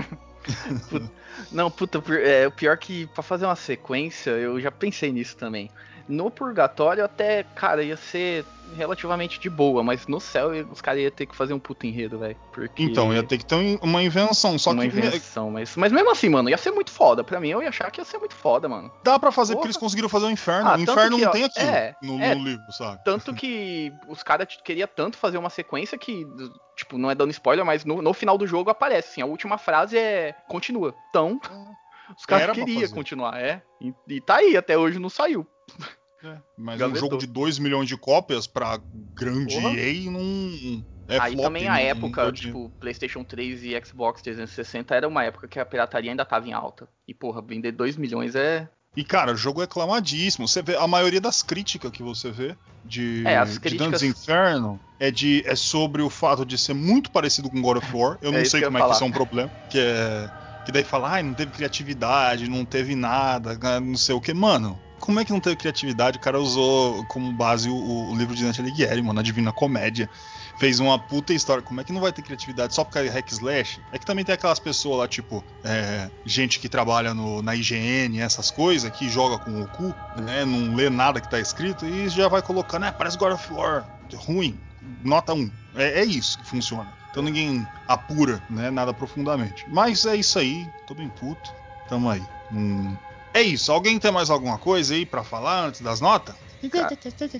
Speaker 2: aí.
Speaker 3: Não, puta, é, o pior que pra fazer uma sequência, eu já pensei nisso também. No Purgatório até, cara, ia ser relativamente de boa, mas no céu os caras iam ter que fazer um puto enredo, velho. Porque...
Speaker 2: Então, ia ter que ter uma invenção, só
Speaker 3: uma
Speaker 2: que...
Speaker 3: invenção, mas, mas mesmo assim, mano, ia ser muito foda. Pra mim, eu ia achar que ia ser muito foda, mano.
Speaker 2: Dá pra fazer,
Speaker 3: Porra.
Speaker 2: Porque eles conseguiram fazer o Inferno.
Speaker 3: Ah,
Speaker 2: o Inferno
Speaker 3: que,
Speaker 2: não
Speaker 3: ó,
Speaker 2: tem aquilo
Speaker 3: é,
Speaker 2: no,
Speaker 3: é,
Speaker 2: no livro, sabe?
Speaker 3: Tanto que os caras queriam tanto fazer uma sequência que, tipo, não é dando spoiler, mas no, no final do jogo aparece, assim, a última frase é continua. Então, os caras queriam continuar, é. E, e tá aí, até hoje não saiu.
Speaker 2: É, mas
Speaker 3: Gavetou.
Speaker 2: Um jogo de dois milhões de cópias pra grande
Speaker 3: Porra.
Speaker 2: E A não... É
Speaker 3: aí
Speaker 2: flop,
Speaker 3: também a
Speaker 2: não,
Speaker 3: época,
Speaker 2: não
Speaker 3: tipo, PlayStation três e Xbox trezentos e sessenta era uma época que a pirataria ainda tava em alta. E, porra, vender dois milhões é...
Speaker 2: E, cara, o jogo é aclamadíssimo. Você vê, a maioria das críticas que você vê de,
Speaker 3: é, as
Speaker 2: críticas... de
Speaker 3: Dantes
Speaker 2: Inferno é, de, é sobre o fato de ser muito parecido com God of War. Eu não
Speaker 3: é
Speaker 2: sei como
Speaker 3: eu
Speaker 2: é que isso é um problema. Que é... Que daí fala, ai, não teve criatividade, não teve nada, não sei o que. Mano, como é que não teve criatividade? O cara usou como base o, o livro de Dante Alighieri, mano, a Divina Comédia. Fez uma puta história. Como é que não vai ter criatividade só por causa de hack slash? É que também tem aquelas pessoas lá, tipo, é, gente que trabalha no, na I G N, essas coisas, que joga com o cu, né? Não lê nada que tá escrito e já vai colocando, é, parece God of War, ruim, nota um. É, é isso que funciona. Então ninguém apura, né, nada profundamente. Mas é isso aí, tô bem puto. Tamo aí. Hum. É isso. Alguém tem mais alguma coisa aí pra falar antes das notas?
Speaker 3: Cara,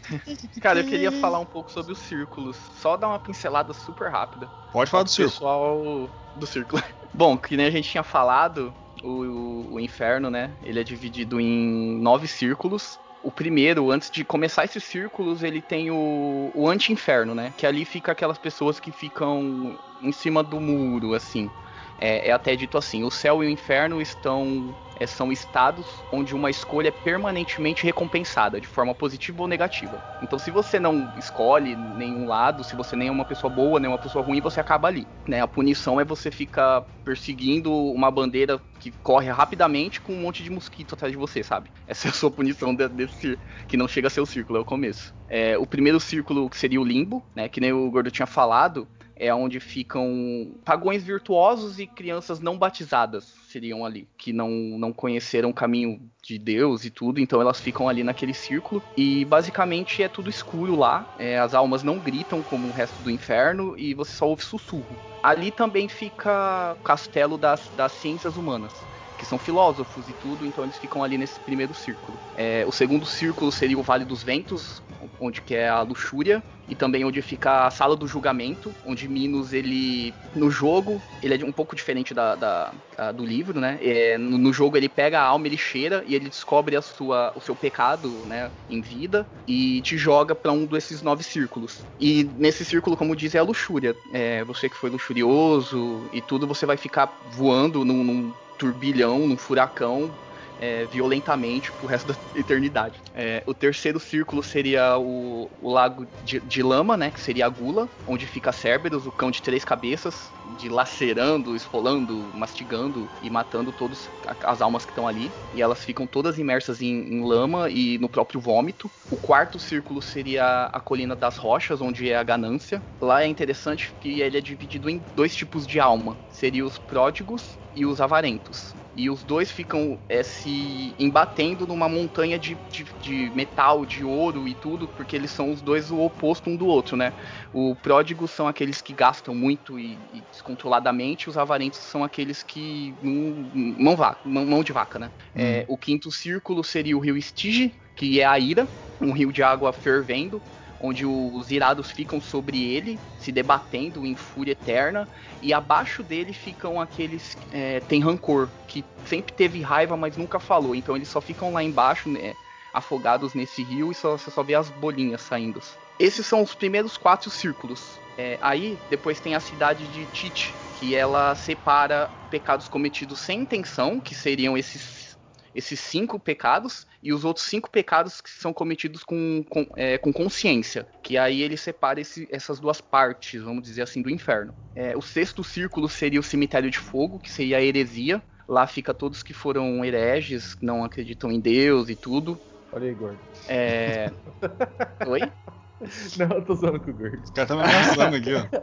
Speaker 3: cara, eu queria falar um pouco sobre os círculos. Só dar uma pincelada super rápida.
Speaker 2: Pode falar do círculo.
Speaker 3: Pessoal do círculo. Bom, que nem a gente tinha falado, o, o, o inferno, né? Ele é dividido em nove círculos. O primeiro, antes de começar esses círculos, ele tem o, o anti-inferno, né? Que ali fica aquelas pessoas que ficam em cima do muro, assim. É, é até dito assim, o céu e o inferno estão, é, são estados onde uma escolha é permanentemente recompensada, de forma positiva ou negativa. Então, se você não escolhe nenhum lado, se você nem é uma pessoa boa, nem uma pessoa ruim, você acaba ali, né? A punição é você ficar perseguindo uma bandeira que corre rapidamente com um monte de mosquito atrás de você, sabe? Essa é a sua punição de, desse, que não chega a ser o círculo, é o começo. É, o primeiro círculo, que seria o limbo, né? Que nem o Gordo tinha falado, é onde ficam pagões virtuosos e crianças não batizadas, seriam ali, que não, não conheceram o caminho de Deus e tudo, então elas ficam ali naquele círculo, e basicamente é tudo escuro lá, é, as almas não gritam como o resto do inferno, e você só ouve sussurro. Ali também fica o castelo das, das ciências humanas, que são filósofos e tudo, então eles ficam ali nesse primeiro círculo. É, o segundo círculo seria o Vale dos Ventos, onde que é a luxúria, e também onde fica a Sala do Julgamento, onde Minos, ele, no jogo, ele é um pouco diferente da, da, da do livro, né? É, no, no jogo ele pega a alma, ele cheira e ele descobre a sua, o seu pecado, né, em vida, e te joga para um desses nove círculos. E nesse círculo, como diz, é a luxúria. É, você que foi luxurioso e tudo, você vai ficar voando num, num turbilhão, num furacão, É, violentamente pro resto da eternidade. É, o terceiro círculo seria o, o lago de, de lama, né, que seria a Gula, onde fica Cerberus, o cão de três cabeças, dilacerando, esfolando, mastigando e matando todas as almas que estão ali. E elas ficam todas imersas em, em lama e no próprio vômito. O quarto círculo seria a Colina das Rochas, onde é a ganância. Lá é interessante que ele é dividido em dois tipos de alma. Seriam os pródigos e os avarentos. E os dois ficam é, se embatendo numa montanha de, de, de metal, de ouro e tudo, porque eles são os dois o oposto um do outro, né? O pródigo são aqueles que gastam muito e, e descontroladamente, os avarentos são aqueles que não, mão, vaca, mão, mão de vaca, né? Hum. É, o quinto círculo seria o rio Estige, que é a ira, um rio de água fervendo, onde os irados ficam sobre ele, se debatendo em fúria eterna, e abaixo dele ficam aqueles que é, têm rancor, que sempre teve raiva, mas nunca falou. Então eles só ficam lá embaixo, né, afogados nesse rio, e só, você só vê as bolinhas saindo. Esses são os primeiros quatro círculos. É, aí, depois tem a cidade de Tite, que ela separa pecados cometidos sem intenção, que seriam esses esses cinco pecados, e os outros cinco pecados que são cometidos com, com, é, com consciência, que aí ele separa esse, essas duas partes, vamos dizer assim, do inferno. É, o sexto círculo seria o cemitério de fogo, que seria a heresia. Lá fica todos que foram hereges, não acreditam em Deus e tudo.
Speaker 4: Olha aí, gordo.
Speaker 3: É... Oi?
Speaker 4: Não, eu tô zoando com o gordo.
Speaker 2: Os caras tá me ameaçando aqui, ó.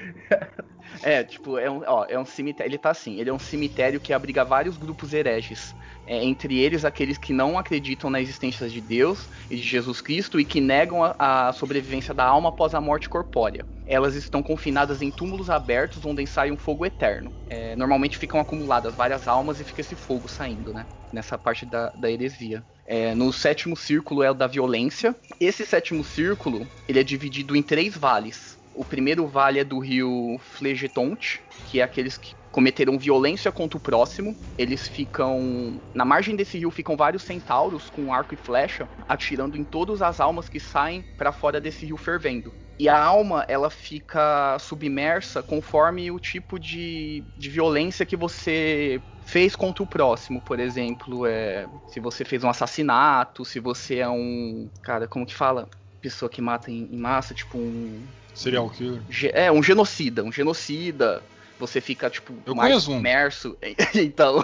Speaker 3: É, tipo, é um, ó, é um cemitério. Ele tá assim, ele é um cemitério que abriga vários grupos hereges. É, entre eles, aqueles que não acreditam na existência de Deus e de Jesus Cristo e que negam a, a sobrevivência da alma após a morte corpórea. Elas estão confinadas em túmulos abertos onde sai um fogo eterno. É, normalmente ficam acumuladas várias almas e fica esse fogo saindo, né? Nessa parte da, da heresia. É, no sétimo círculo é o da violência. Esse sétimo círculo, ele é dividido em três vales. O primeiro vale é do rio Phlegethonte, que é aqueles que cometeram violência contra o próximo. Eles ficam... Na margem desse rio ficam vários centauros com arco e flecha, atirando em todas as almas que saem para fora desse rio fervendo. E a alma, ela fica submersa conforme o tipo de, de violência que você fez contra o próximo. Por exemplo, é, se você fez um assassinato, se você é um... Cara, como que fala? Pessoa que mata em, em massa, tipo um...
Speaker 2: Serial killer.
Speaker 3: É, um genocida. Um genocida. Você fica, tipo,
Speaker 2: Eu
Speaker 3: mais
Speaker 2: um.
Speaker 3: imerso. Então...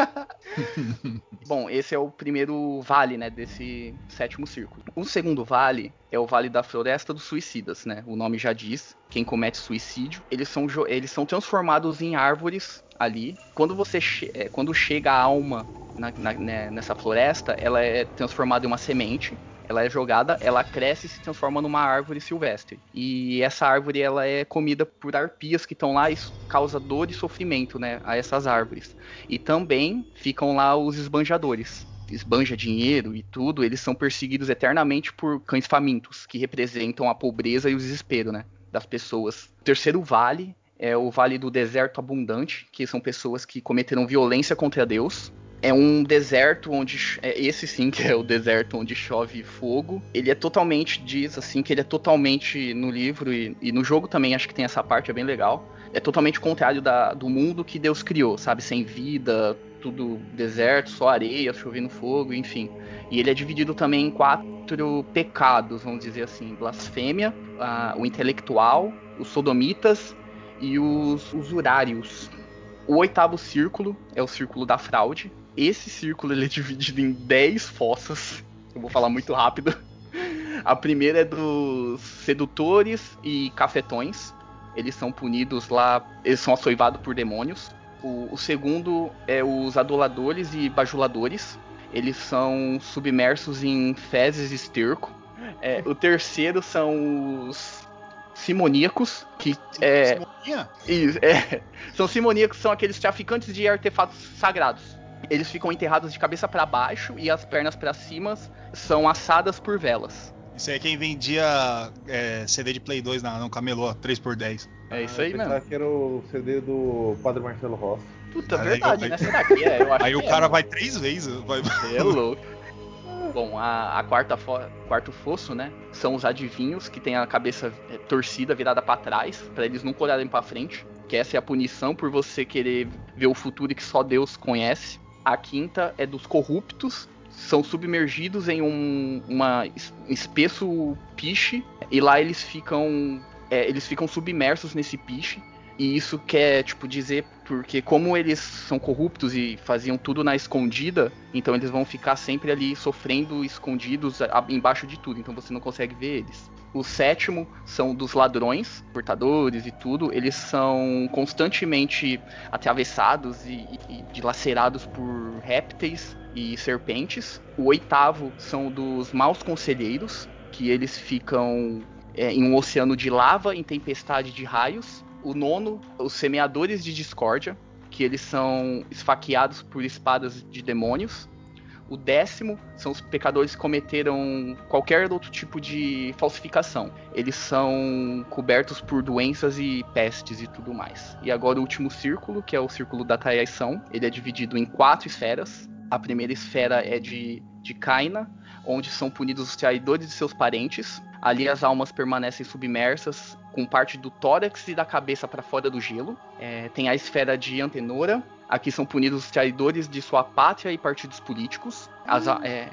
Speaker 3: Bom, esse é o primeiro vale, né, desse sétimo círculo. O segundo vale é o Vale da Floresta dos Suicidas, né? O nome já diz, quem comete suicídio. Eles são, eles são transformados em árvores ali. Quando você che é, quando chega a alma na, na, né, nessa floresta, ela é transformada em uma semente. Ela é jogada, ela cresce e se transforma numa árvore silvestre. E essa árvore, ela é comida por arpias que estão lá e causa dor e sofrimento, né, a essas árvores. E também ficam lá os esbanjadores. Esbanja dinheiro e tudo, eles são perseguidos eternamente por cães famintos, que representam a pobreza e o desespero, né, das pessoas. O terceiro vale é o Vale do Deserto Abundante, que são pessoas que cometeram violência contra Deus. É um deserto onde... É esse sim que é o deserto onde chove fogo. Ele é totalmente... Diz assim que ele é totalmente no livro e, e no jogo também acho que tem essa parte, é bem legal. É totalmente contrário da, do mundo que Deus criou, sabe? Sem vida, tudo deserto, só areia, chovendo fogo, enfim. E ele é dividido também em quatro pecados, vamos dizer assim. Blasfêmia, a, o intelectual, os sodomitas e os usurários. O oitavo círculo é o círculo da fraude. Esse círculo ele é dividido em dez fossas. Eu vou falar muito rápido. A primeira é dos sedutores e cafetões. Eles são punidos lá, eles são açoivados por demônios. O, o segundo é os aduladores e bajuladores. Eles são submersos em fezes e esterco. É, o terceiro são os simoníacos, que é,
Speaker 2: Simonia?
Speaker 3: isso, é, são simoníacos, são aqueles traficantes de artefatos sagrados. eles ficam enterrados de cabeça pra baixo e as pernas pra cima são assadas por velas.
Speaker 2: Isso aí é quem vendia é, C D de Play dois na, no camelô, três por dez.
Speaker 3: É isso
Speaker 4: Ah,
Speaker 3: aí
Speaker 4: eu
Speaker 3: mesmo.
Speaker 4: pensava que era o C D do Padre Marcelo Rossi.
Speaker 3: Puta,
Speaker 2: Aí,
Speaker 3: verdade,
Speaker 2: aí-
Speaker 3: né? Será que é? Eu acho
Speaker 2: Aí
Speaker 3: que
Speaker 2: o
Speaker 3: é,
Speaker 2: cara
Speaker 3: mano.
Speaker 2: vai três vezes. Vai...
Speaker 3: Você é louco. Bom, a, a quarta fo- quarto fosso, né? São os adivinhos que tem a cabeça é, torcida, virada pra trás, pra eles nunca olharem pra frente. Que essa é a punição por você querer ver o futuro que só Deus conhece. A quinta é dos corruptos, são submergidos em um uma es- espesso piche e lá eles ficam é, eles ficam submersos nesse piche. E isso quer, tipo, dizer porque como eles são corruptos e faziam tudo na escondida, então eles vão ficar sempre ali sofrendo escondidos a- embaixo de tudo, então você não consegue ver eles. O sétimo são dos ladrões, portadores e tudo, eles são constantemente atravessados e, e, e dilacerados por répteis e serpentes. O oitavo são dos maus conselheiros, que eles ficam é, em um oceano de lava, em tempestade de raios. O nono, os semeadores de discórdia, que eles são esfaqueados por espadas de demônios. O décimo são os pecadores que cometeram qualquer outro tipo de falsificação. Eles são cobertos por doenças e pestes e tudo mais. E agora o último círculo, que é o círculo da traição, ele é dividido em quatro esferas. A primeira esfera é de, de Caina, onde são punidos os traidores de seus parentes. Ali as almas permanecem submersas, com parte do tórax e da cabeça para fora do gelo. É, tem a esfera de Antenora. Aqui são punidos os traidores de sua pátria e partidos políticos. As, é...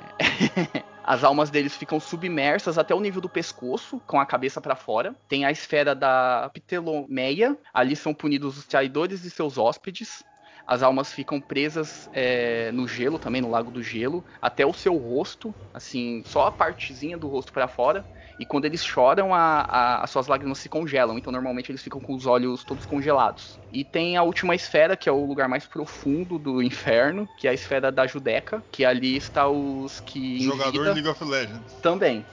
Speaker 3: As almas deles ficam submersas até o nível do pescoço, com a cabeça para fora. Tem a esfera da Ptolomeia. Ali são punidos os traidores de seus hóspedes. As almas ficam presas é, no gelo também, no lago do gelo, até o seu rosto, assim, só a partezinha do rosto para fora. E quando eles choram, a, a, as suas lágrimas se congelam. Então, normalmente, eles ficam com os olhos todos congelados. E tem a última esfera, que é o lugar mais profundo do inferno, que é a esfera da Judeca, que ali está os que...
Speaker 2: Jogador
Speaker 3: vida...
Speaker 2: de League of Legends.
Speaker 3: Também.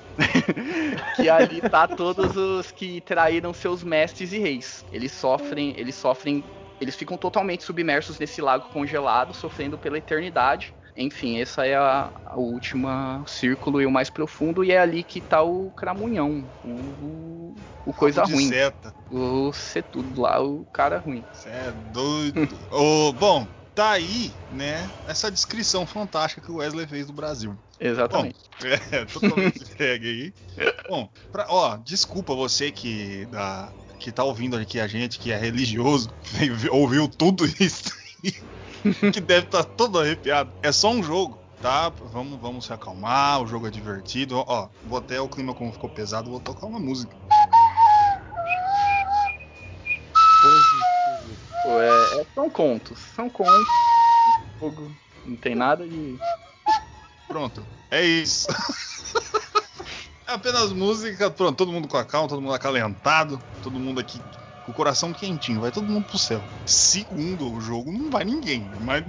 Speaker 3: Que ali tá todos os que traíram seus mestres e reis. Eles sofrem... Eles sofrem... Eles ficam totalmente submersos nesse lago congelado, sofrendo pela eternidade. Enfim, essa é a, a última círculo e o mais profundo, e é ali que tá o Cramunhão, o, o, o coisa
Speaker 2: Rabo de
Speaker 3: ruim.
Speaker 2: seta.
Speaker 3: O ser tudo lá, o cara ruim.
Speaker 2: Você é doido. oh, bom, tá aí, né, essa descrição fantástica que o Wesley fez do Brasil.
Speaker 3: Exatamente.
Speaker 2: Bom, é, totalmente entregue aí. Bom, pra, ó, desculpa você que, da, que tá ouvindo aqui a gente, que é religioso, ouviu tudo isso que deve estar tá todo arrepiado. É só um jogo, tá? Vamos, vamos se acalmar, o jogo é divertido. Ó, vou até o clima como ficou pesado, vou tocar uma música.
Speaker 3: Pô, é, é, são contos, são contos. Jogo, não tem nada de...
Speaker 2: Pronto, é isso. É apenas música, pronto, todo mundo com a calma, todo mundo acalentado, todo mundo aqui com o coração quentinho, vai todo mundo pro céu. Segundo o jogo, não vai ninguém, mas,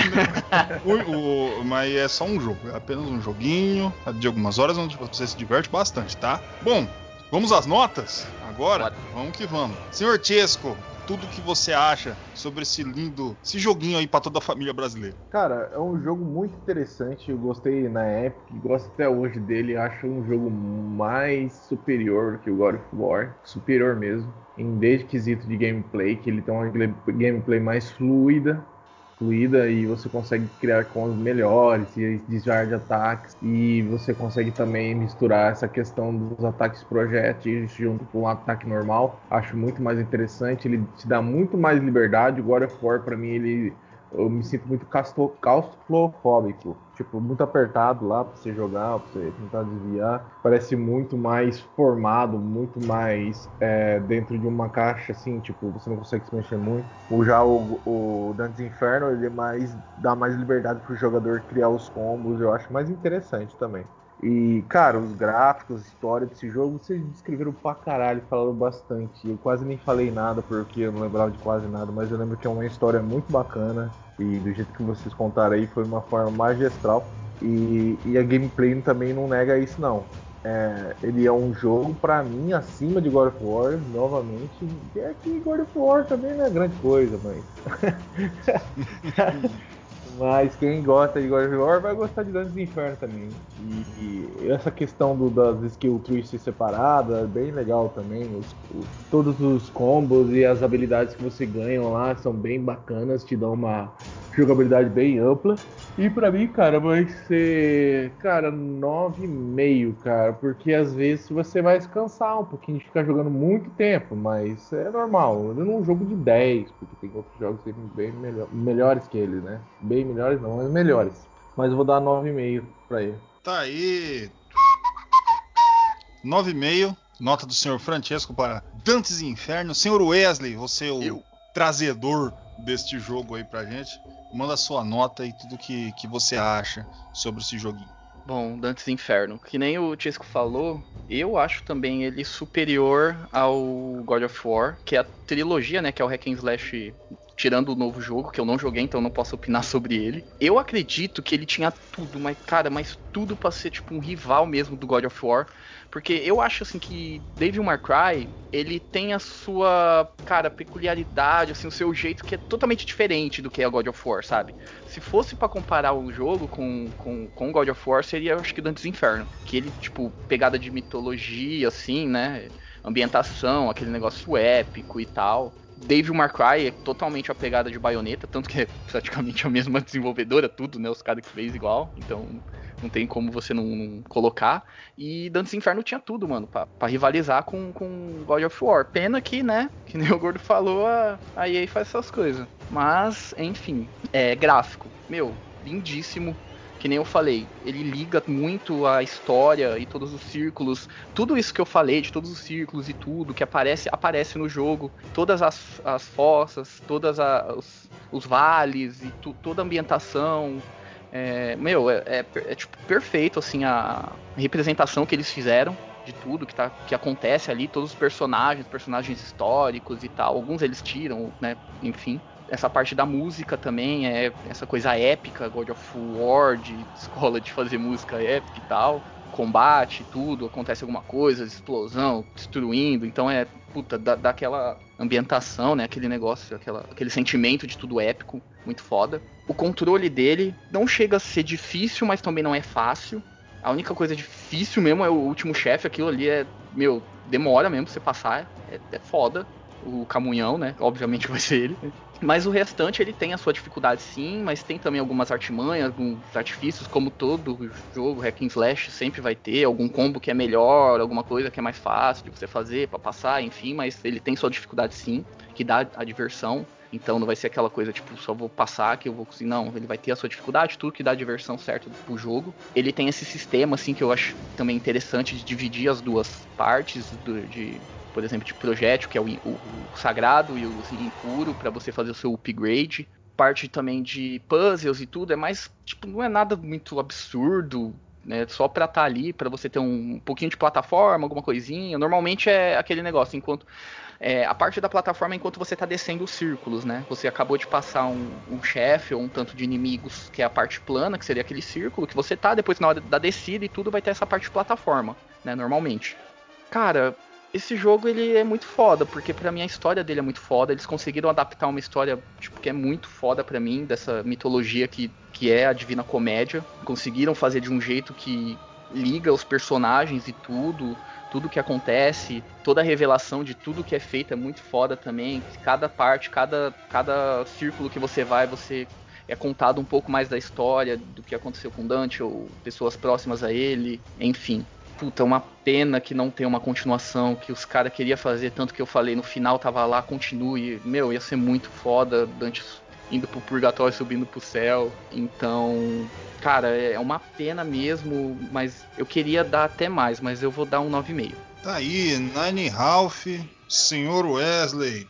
Speaker 2: o, o, mas é só um jogo, é apenas um joguinho de algumas horas onde você se diverte bastante, tá? Bom, vamos às notas? Agora,
Speaker 3: Bora.
Speaker 2: Vamos que vamos. Senhor Chesco, tudo que você acha sobre esse lindo, esse joguinho aí pra toda a família brasileira?
Speaker 4: Cara, é um jogo muito interessante. Eu gostei na época e gosto até hoje dele. Acho um jogo mais superior que o God of War. Superior mesmo. Em desde quesito de gameplay, que ele tem uma gameplay mais fluida. Fluida e você consegue criar combos melhores e desviar de ataques. E você consegue também misturar essa questão dos ataques projéteis junto com o ataque normal. Acho muito mais interessante. Ele te dá muito mais liberdade. O God of War, pra mim, ele... eu me sinto muito claustrofóbico, tipo, muito apertado lá pra você jogar, pra você tentar desviar. Parece muito mais formado, muito mais é, dentro de uma caixa, assim, tipo, você não consegue se mexer muito. Ou já o, o Dantes Inferno, ele é mais, dá mais liberdade pro jogador criar os combos, eu acho mais interessante também. E, cara, os gráficos, a história desse jogo, vocês descreveram pra caralho, falaram bastante. Eu quase nem falei nada, porque eu não lembrava de quase nada, mas eu lembro que é uma história muito bacana. E do jeito que vocês contaram aí, foi uma forma magistral. E, e a gameplay também não nega isso, não. É, ele é um jogo, pra mim, acima de God of War, novamente. É que God of War também não é grande coisa, mas... Mas quem gosta de God of War vai gostar de Dantes Inferno também. E, e essa questão do, das skill trees separadas é bem legal também. Os, os, todos os combos e as habilidades que você ganha lá são bem bacanas, te dão uma jogabilidade bem ampla. E pra mim, cara, vai ser, cara, nove e meio, cara, porque às vezes você vai se cansar um pouquinho de ficar jogando muito tempo, mas é normal. Eu não jogo de dez, porque tem outros jogos bem melhor, melhores que ele, né? Bem melhores não, mas melhores. Mas eu vou dar nove e meio pra ele.
Speaker 2: Tá aí. nove e meio, nota do senhor Francesco para Dantes Inferno. Senhor Wesley, você é o
Speaker 3: Eu.
Speaker 2: trazedor deste jogo aí pra gente. Manda sua nota e tudo que, que você acha sobre esse joguinho.
Speaker 3: Bom, Dantes Inferno. Que nem o Chesco falou, eu acho também ele superior ao God of War, que é a trilogia, né? Que é o Hack and Slash, tirando o novo jogo, que eu não joguei, então não posso opinar sobre ele. Eu acredito que ele tinha tudo, mas, cara, mas tudo pra ser tipo um rival mesmo do God of War. Porque eu acho assim que Devil May Cry, ele tem a sua, cara, peculiaridade, assim, o seu jeito que é totalmente diferente do que é o God of War, sabe? Se fosse pra comparar o jogo com, com, com God of War, seria, eu acho que Dantes Inferno. Que ele, tipo, pegada de mitologia, assim, né? Ambientação, aquele negócio épico e tal. Devil May Cry é totalmente a pegada de Bayonetta, tanto que é praticamente a mesma desenvolvedora, tudo, né? Os caras que fez igual, então não tem como você não, não colocar. E Dantes Inferno tinha tudo, mano, pra, pra rivalizar com, com God of War. Pena que, né, que nem o Gordo falou, a, a E A faz essas coisas. Mas, enfim, é gráfico. Meu, lindíssimo. Que nem eu falei, ele liga muito a história e todos os círculos. Tudo isso que eu falei, de todos os círculos e tudo que aparece, aparece no jogo. Todas as, as fossas, todos os, os vales e tu, toda a ambientação. É, meu, é, é, é tipo perfeito assim a representação que eles fizeram de tudo que, tá, que acontece ali, todos os personagens, personagens históricos e tal. Alguns eles tiram, né? Enfim. Essa parte da música também, é essa coisa épica, God of War, de escola de fazer música épica e tal. Combate, tudo, acontece alguma coisa, explosão, destruindo. Então é, puta, dá, dá aquela ambientação, né? Aquele negócio, aquela, aquele sentimento de tudo épico, muito foda. O controle dele não chega a ser difícil, mas também não é fácil. A única coisa difícil mesmo é o último chefe, aquilo ali é, meu, demora mesmo pra você passar, é, é foda. O Camunhão, né? Obviamente vai ser ele. Mas o restante ele tem a sua dificuldade sim, mas tem também algumas artimanhas, alguns artifícios, como todo jogo, hack and slash sempre vai ter, algum combo que é melhor, alguma coisa que é mais fácil de você fazer pra passar, enfim, mas ele tem sua dificuldade sim, que dá a diversão. Então não vai ser aquela coisa tipo, só vou passar que eu vou conseguir. Não, ele vai ter a sua dificuldade, tudo que dá a diversão certo pro jogo. Ele tem esse sistema, assim, que eu acho também interessante de dividir as duas partes do, de... por exemplo, de projétil, que é o, o, o sagrado e o impuro, para você fazer o seu upgrade. Parte também de puzzles e tudo, é mais, tipo, não é nada muito absurdo, né? Só pra estar tá ali, para você ter um, um pouquinho de plataforma, alguma coisinha. Normalmente é aquele negócio, enquanto... É, a parte da plataforma é enquanto você tá descendo os círculos, né? Você acabou de passar um, um chefe ou um tanto de inimigos, que é a parte plana, que seria aquele círculo que você tá, depois na hora da descida e tudo vai ter essa parte de plataforma, né? Normalmente. Cara... Esse jogo, ele é muito foda, porque pra mim a história dele é muito foda. Eles conseguiram adaptar uma história, tipo, que é muito foda pra mim, dessa mitologia que, que é a Divina Comédia. Conseguiram fazer de um jeito que liga os personagens e tudo, tudo que acontece, toda a revelação de tudo que é feito é muito foda também. Cada parte, cada, cada círculo que você vai, você... é contado um pouco mais da história, do que aconteceu com Dante, ou pessoas próximas a ele, enfim. Puta, uma pena que não tem uma continuação, que os caras queriam fazer, tanto que eu falei, no final tava lá, continue, meu, ia ser muito foda, Dante indo pro purgatório, subindo pro céu, então, cara, é uma pena mesmo, mas eu queria dar até mais, mas eu vou dar um nove vírgula cinco.
Speaker 2: Tá aí, Nine Ralph, senhor Wesley.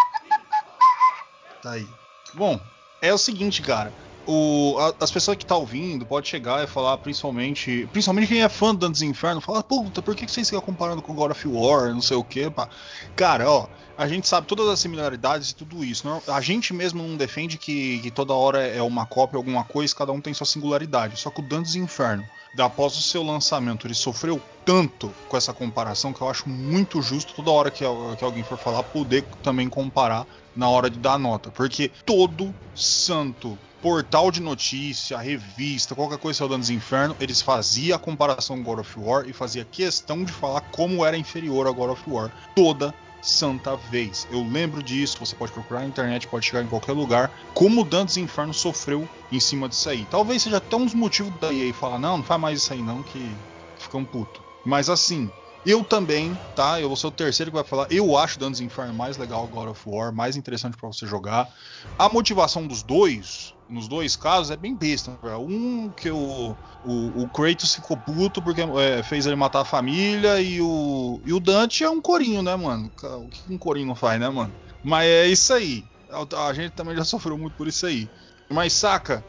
Speaker 2: Tá aí. Bom, é o seguinte, cara. O, a, as pessoas que tá ouvindo pode chegar e falar, principalmente principalmente quem é fã do Dantes Inferno, falar, puta, por que vocês ficam comparando com God of War, não sei o que, pá. Cara, ó, a gente sabe todas as similaridades e tudo isso. Não, a gente mesmo não defende que, que toda hora é uma cópia, alguma coisa, cada um tem sua singularidade. Só que o Dantes Inferno, após o seu lançamento, ele sofreu tanto com essa comparação que eu acho muito justo toda hora que, que alguém for falar, poder também comparar na hora de dar nota. Porque todo santo portal de notícia, revista, qualquer coisa saiu Dantes Inferno, eles faziam a comparação com God of War e fazia questão de falar como era inferior a God of War toda santa vez. Eu lembro disso, você pode procurar na internet, pode chegar em qualquer lugar, como Dantes Inferno sofreu em cima disso aí. Talvez seja até uns motivos da E A falar, não, não faz mais isso aí não, que fica um puto. Mas assim, eu também, tá? Eu vou ser o terceiro que vai falar. Eu acho Dantes Inferno mais legal que God of War, mais interessante pra você jogar. A motivação dos dois, nos dois casos, é bem besta. Um que o, o, o Kratos ficou puto porque é, fez ele matar a família, e o, e o Dante é um corinho, né, mano? O que um corinho não faz, né, mano? Mas é isso aí. A, a gente também já sofreu muito por isso aí. Mas saca,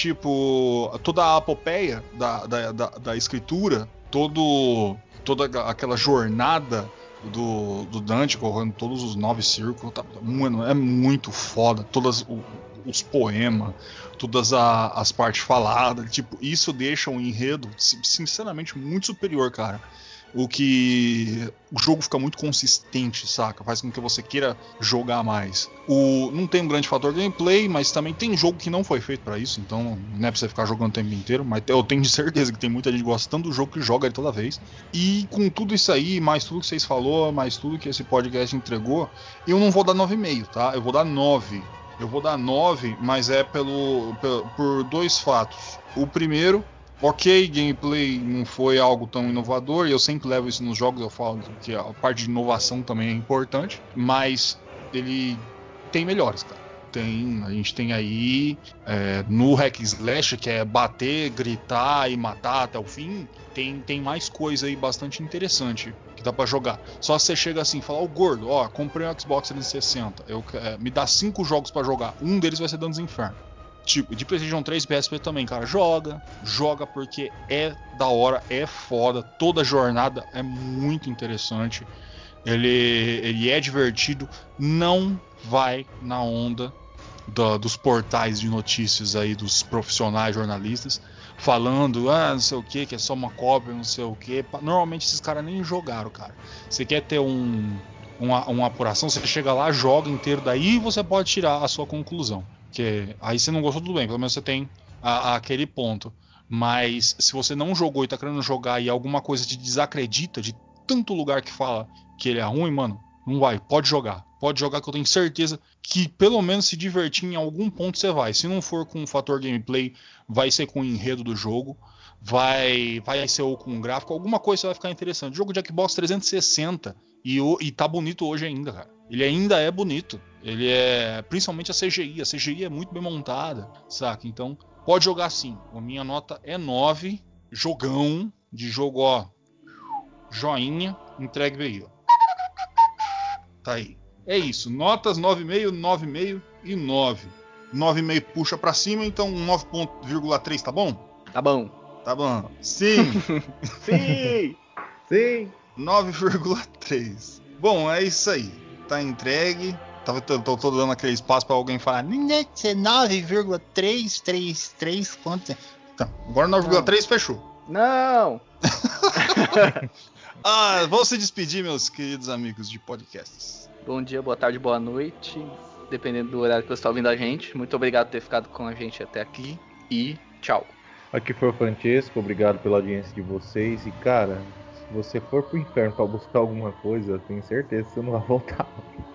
Speaker 2: tipo, toda a apopeia da, da, da, da escritura, todo... toda aquela jornada do, do Dante correndo todos os nove círculos, tá, mano, é muito foda. Todos os poemas, todas a, as partes faladas, tipo, isso deixa um enredo sinceramente muito superior, cara. O que o jogo fica muito consistente, saca? Faz com que você queira jogar mais. O, não tem um grande fator gameplay, mas também tem jogo que não foi feito pra isso, então não é pra você ficar jogando o tempo inteiro. Mas eu tenho certeza que tem muita gente gostando do jogo que joga ele toda vez. E com tudo isso aí, mais tudo que vocês falaram, mais tudo que esse podcast entregou, eu não vou dar nove vírgula cinco, tá? Eu vou dar nove. Eu vou dar nove, mas é pelo, pelo por dois fatos. O primeiro, ok, gameplay não foi algo tão inovador, e eu sempre levo isso nos jogos, eu falo que a parte de inovação também é importante, mas ele tem melhores, cara. Tem, a gente tem aí é, no Hack and Slash, que é bater, gritar e matar até o fim, tem, tem mais coisa aí bastante interessante que dá pra jogar. Só se você chega assim e fala, ô gordo, ó, comprei um Xbox trezentos e sessenta, eu, é, me dá cinco jogos pra jogar, um deles vai ser Dantes Inferno. Tipo, de PlayStation três e P S P também, cara, joga, joga porque é da hora, é foda, toda a jornada é muito interessante, ele, ele é divertido, não vai na onda do, dos portais de notícias aí, dos profissionais jornalistas, falando, ah, não sei o que, que é só uma cópia, não sei o que. Normalmente esses caras nem jogaram, cara. Você quer ter um, uma, uma apuração, você chega lá, joga inteiro, daí você pode tirar a sua conclusão. Que aí você não gostou, tudo bem, pelo menos você tem a, a aquele ponto. Mas se você não jogou e tá querendo jogar e alguma coisa te desacredita de tanto lugar que fala que ele é ruim, mano, não vai, pode jogar. Pode jogar que eu tenho certeza que pelo menos se divertir em algum ponto você vai. Se não for com o fator gameplay, vai ser com o enredo do jogo, vai, vai ser ou com o gráfico, alguma coisa vai ficar interessante. Jogo de Xbox trezentos e sessenta e, e tá bonito hoje ainda, cara. Ele ainda é bonito. Ele é, principalmente a C G I, a C G I é muito bem montada, saca? Então, pode jogar sim. A minha nota é nove, jogão de jogo, ó, joinha, entregue aí, ó. Tá aí. É isso, notas nove vírgula cinco, nove vírgula cinco e nove. nove vírgula cinco puxa pra cima, então nove vírgula três tá bom?
Speaker 3: Tá bom.
Speaker 2: Tá bom. Sim.
Speaker 3: Sim.
Speaker 4: Sim.
Speaker 2: nove vírgula três. Bom, é isso aí. Tá entregue. Tava, tô, tô, tô dando aquele espaço pra alguém falar nove vírgula trezentos e trinta e três, quanto é? Então, agora nove vírgula três fechou.
Speaker 3: Não.
Speaker 2: Ah, vou se despedir, meus queridos amigos de podcasts.
Speaker 3: Bom dia, boa tarde, boa noite, dependendo do horário que você está ouvindo a gente. Muito obrigado por ter ficado com a gente até aqui e tchau.
Speaker 4: Aqui foi o Francesco, obrigado pela audiência de vocês. E cara, se você for pro inferno pra buscar alguma coisa, eu tenho certeza que você não vai voltar.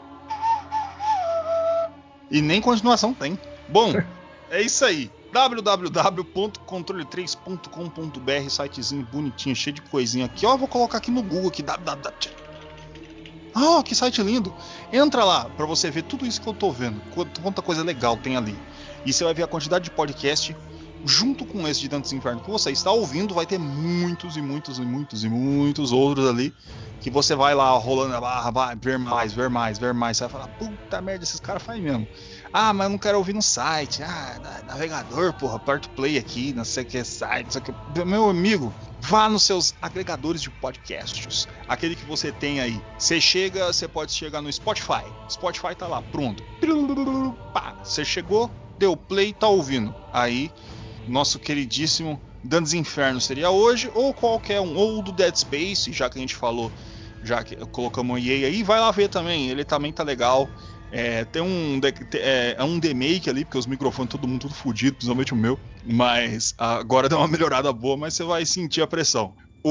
Speaker 2: E nem continuação tem. Bom, é isso aí. w w w ponto controle três ponto com ponto b r, sitezinho bonitinho, cheio de coisinha aqui. Ó, vou colocar aqui no Google aqui. www. Ah, oh, que site lindo. Entra lá pra você ver tudo isso que eu tô vendo. Quanta coisa legal tem ali. E você vai ver a quantidade de podcast junto com esse de Dantes Inferno que você está ouvindo. Vai ter muitos e muitos e muitos e muitos outros ali que você vai lá rolando a barra, vai ver mais, ver mais, ver mais. Você vai falar, puta merda, esses caras fazem mesmo. Ah, mas eu não quero ouvir no site. Ah, navegador, porra, aperta o play aqui, não sei o que site, não sei o que. Meu amigo, vá nos seus agregadores de podcasts, aquele que você tem aí. Você chega, você pode chegar no Spotify. Spotify tá lá, pronto. Pá, você chegou, deu play, tá ouvindo. Aí, nosso queridíssimo Dantes Inferno seria hoje, ou qualquer um, ou do Dead Space, já que a gente falou, já que colocamos o E A aí, vai lá ver também, ele também tá legal. É, tem um, é, é um demake ali, porque os microfones todo mundo tudo fodido, principalmente o meu. Mas agora deu uma melhorada boa, mas você vai sentir a pressão.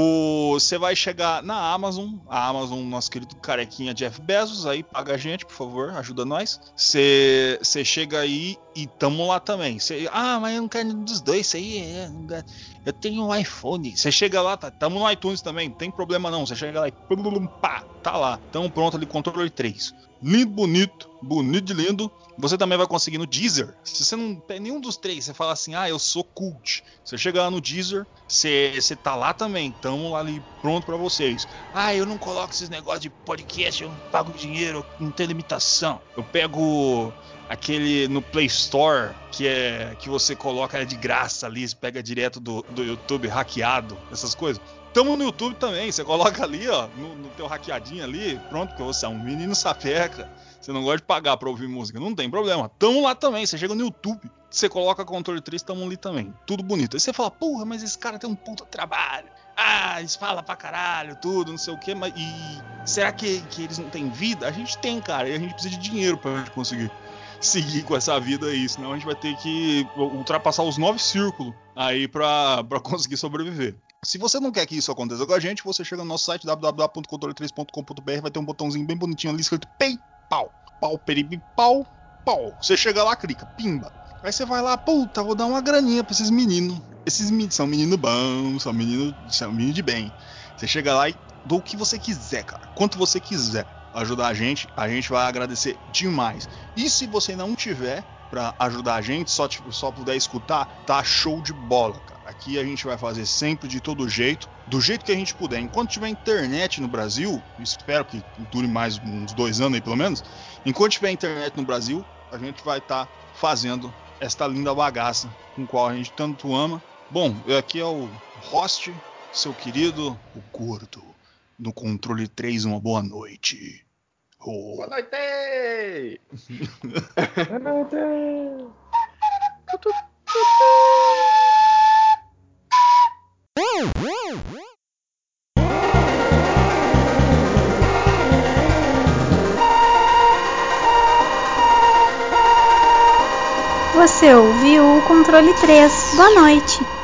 Speaker 2: Você vai chegar na Amazon, a Amazon, nosso querido carequinha Jeff Bezos, aí paga a gente, por favor, ajuda nós. Você chega aí e tamo lá também. Cê, ah, mas eu não quero nenhum dos dois, isso aí é, eu tenho um iPhone. Você chega lá, tá, tamo no iTunes também, não tem problema não. Você chega lá e pá, tá lá, tamo pronto ali, controle três. Lindo, bonito, bonito de lindo. Você também vai conseguir no Deezer. Se você não tem nenhum dos três, você fala assim, ah, eu sou cult. Você chega lá no Deezer, você, você tá lá também, tamo lá ali pronto pra vocês. Ah, eu não coloco esses negócios de podcast, eu não pago dinheiro, não tem limitação. Eu pego aquele no Play Store, que é que você coloca é de graça ali, você pega direto do, do YouTube hackeado, essas coisas. Tamo no YouTube também, você coloca ali, ó, no, no teu hackeadinho ali, pronto, porque você é um menino sapeca, você não gosta de pagar pra ouvir música, não tem problema, tamo lá também, você chega no YouTube, você coloca controle três, tamo ali também, tudo bonito. Aí você fala, porra, mas esse cara tem um puta trabalho, ah, eles falam pra caralho, tudo, não sei o que, mas e será que, que eles não têm vida? A gente tem, cara, e a gente precisa de dinheiro pra gente conseguir seguir com essa vida aí, senão a gente vai ter que ultrapassar os nove círculos aí pra, pra conseguir sobreviver. Se você não quer que isso aconteça com a gente, você chega no nosso site w w w ponto controle três ponto com ponto b r, vai ter um botãozinho bem bonitinho ali escrito PayPal, pau, peribi, pau, pau. Você chega lá, clica, pimba. Aí você vai lá, puta, vou dar uma graninha pra esses meninos. Esses meninos são meninos bons, são meninos são menino de bem. Você chega lá e dá o que você quiser, cara, quanto você quiser ajudar a gente, a gente vai agradecer demais. E se você não tiver pra ajudar a gente, só, tipo, só puder escutar, tá show de bola, cara. Aqui a gente vai fazer sempre de todo jeito, do jeito que a gente puder. Enquanto tiver internet no Brasil, espero que dure mais uns dois anos aí pelo menos, enquanto tiver internet no Brasil, a gente vai estar tá fazendo esta linda bagaça com a qual a gente tanto ama. Bom, aqui é o host, seu querido, o gordo, no controle três, uma boa noite. Oh.
Speaker 3: Boa noite!
Speaker 4: Boa noite!
Speaker 1: Você ouviu o controle três. Boa noite.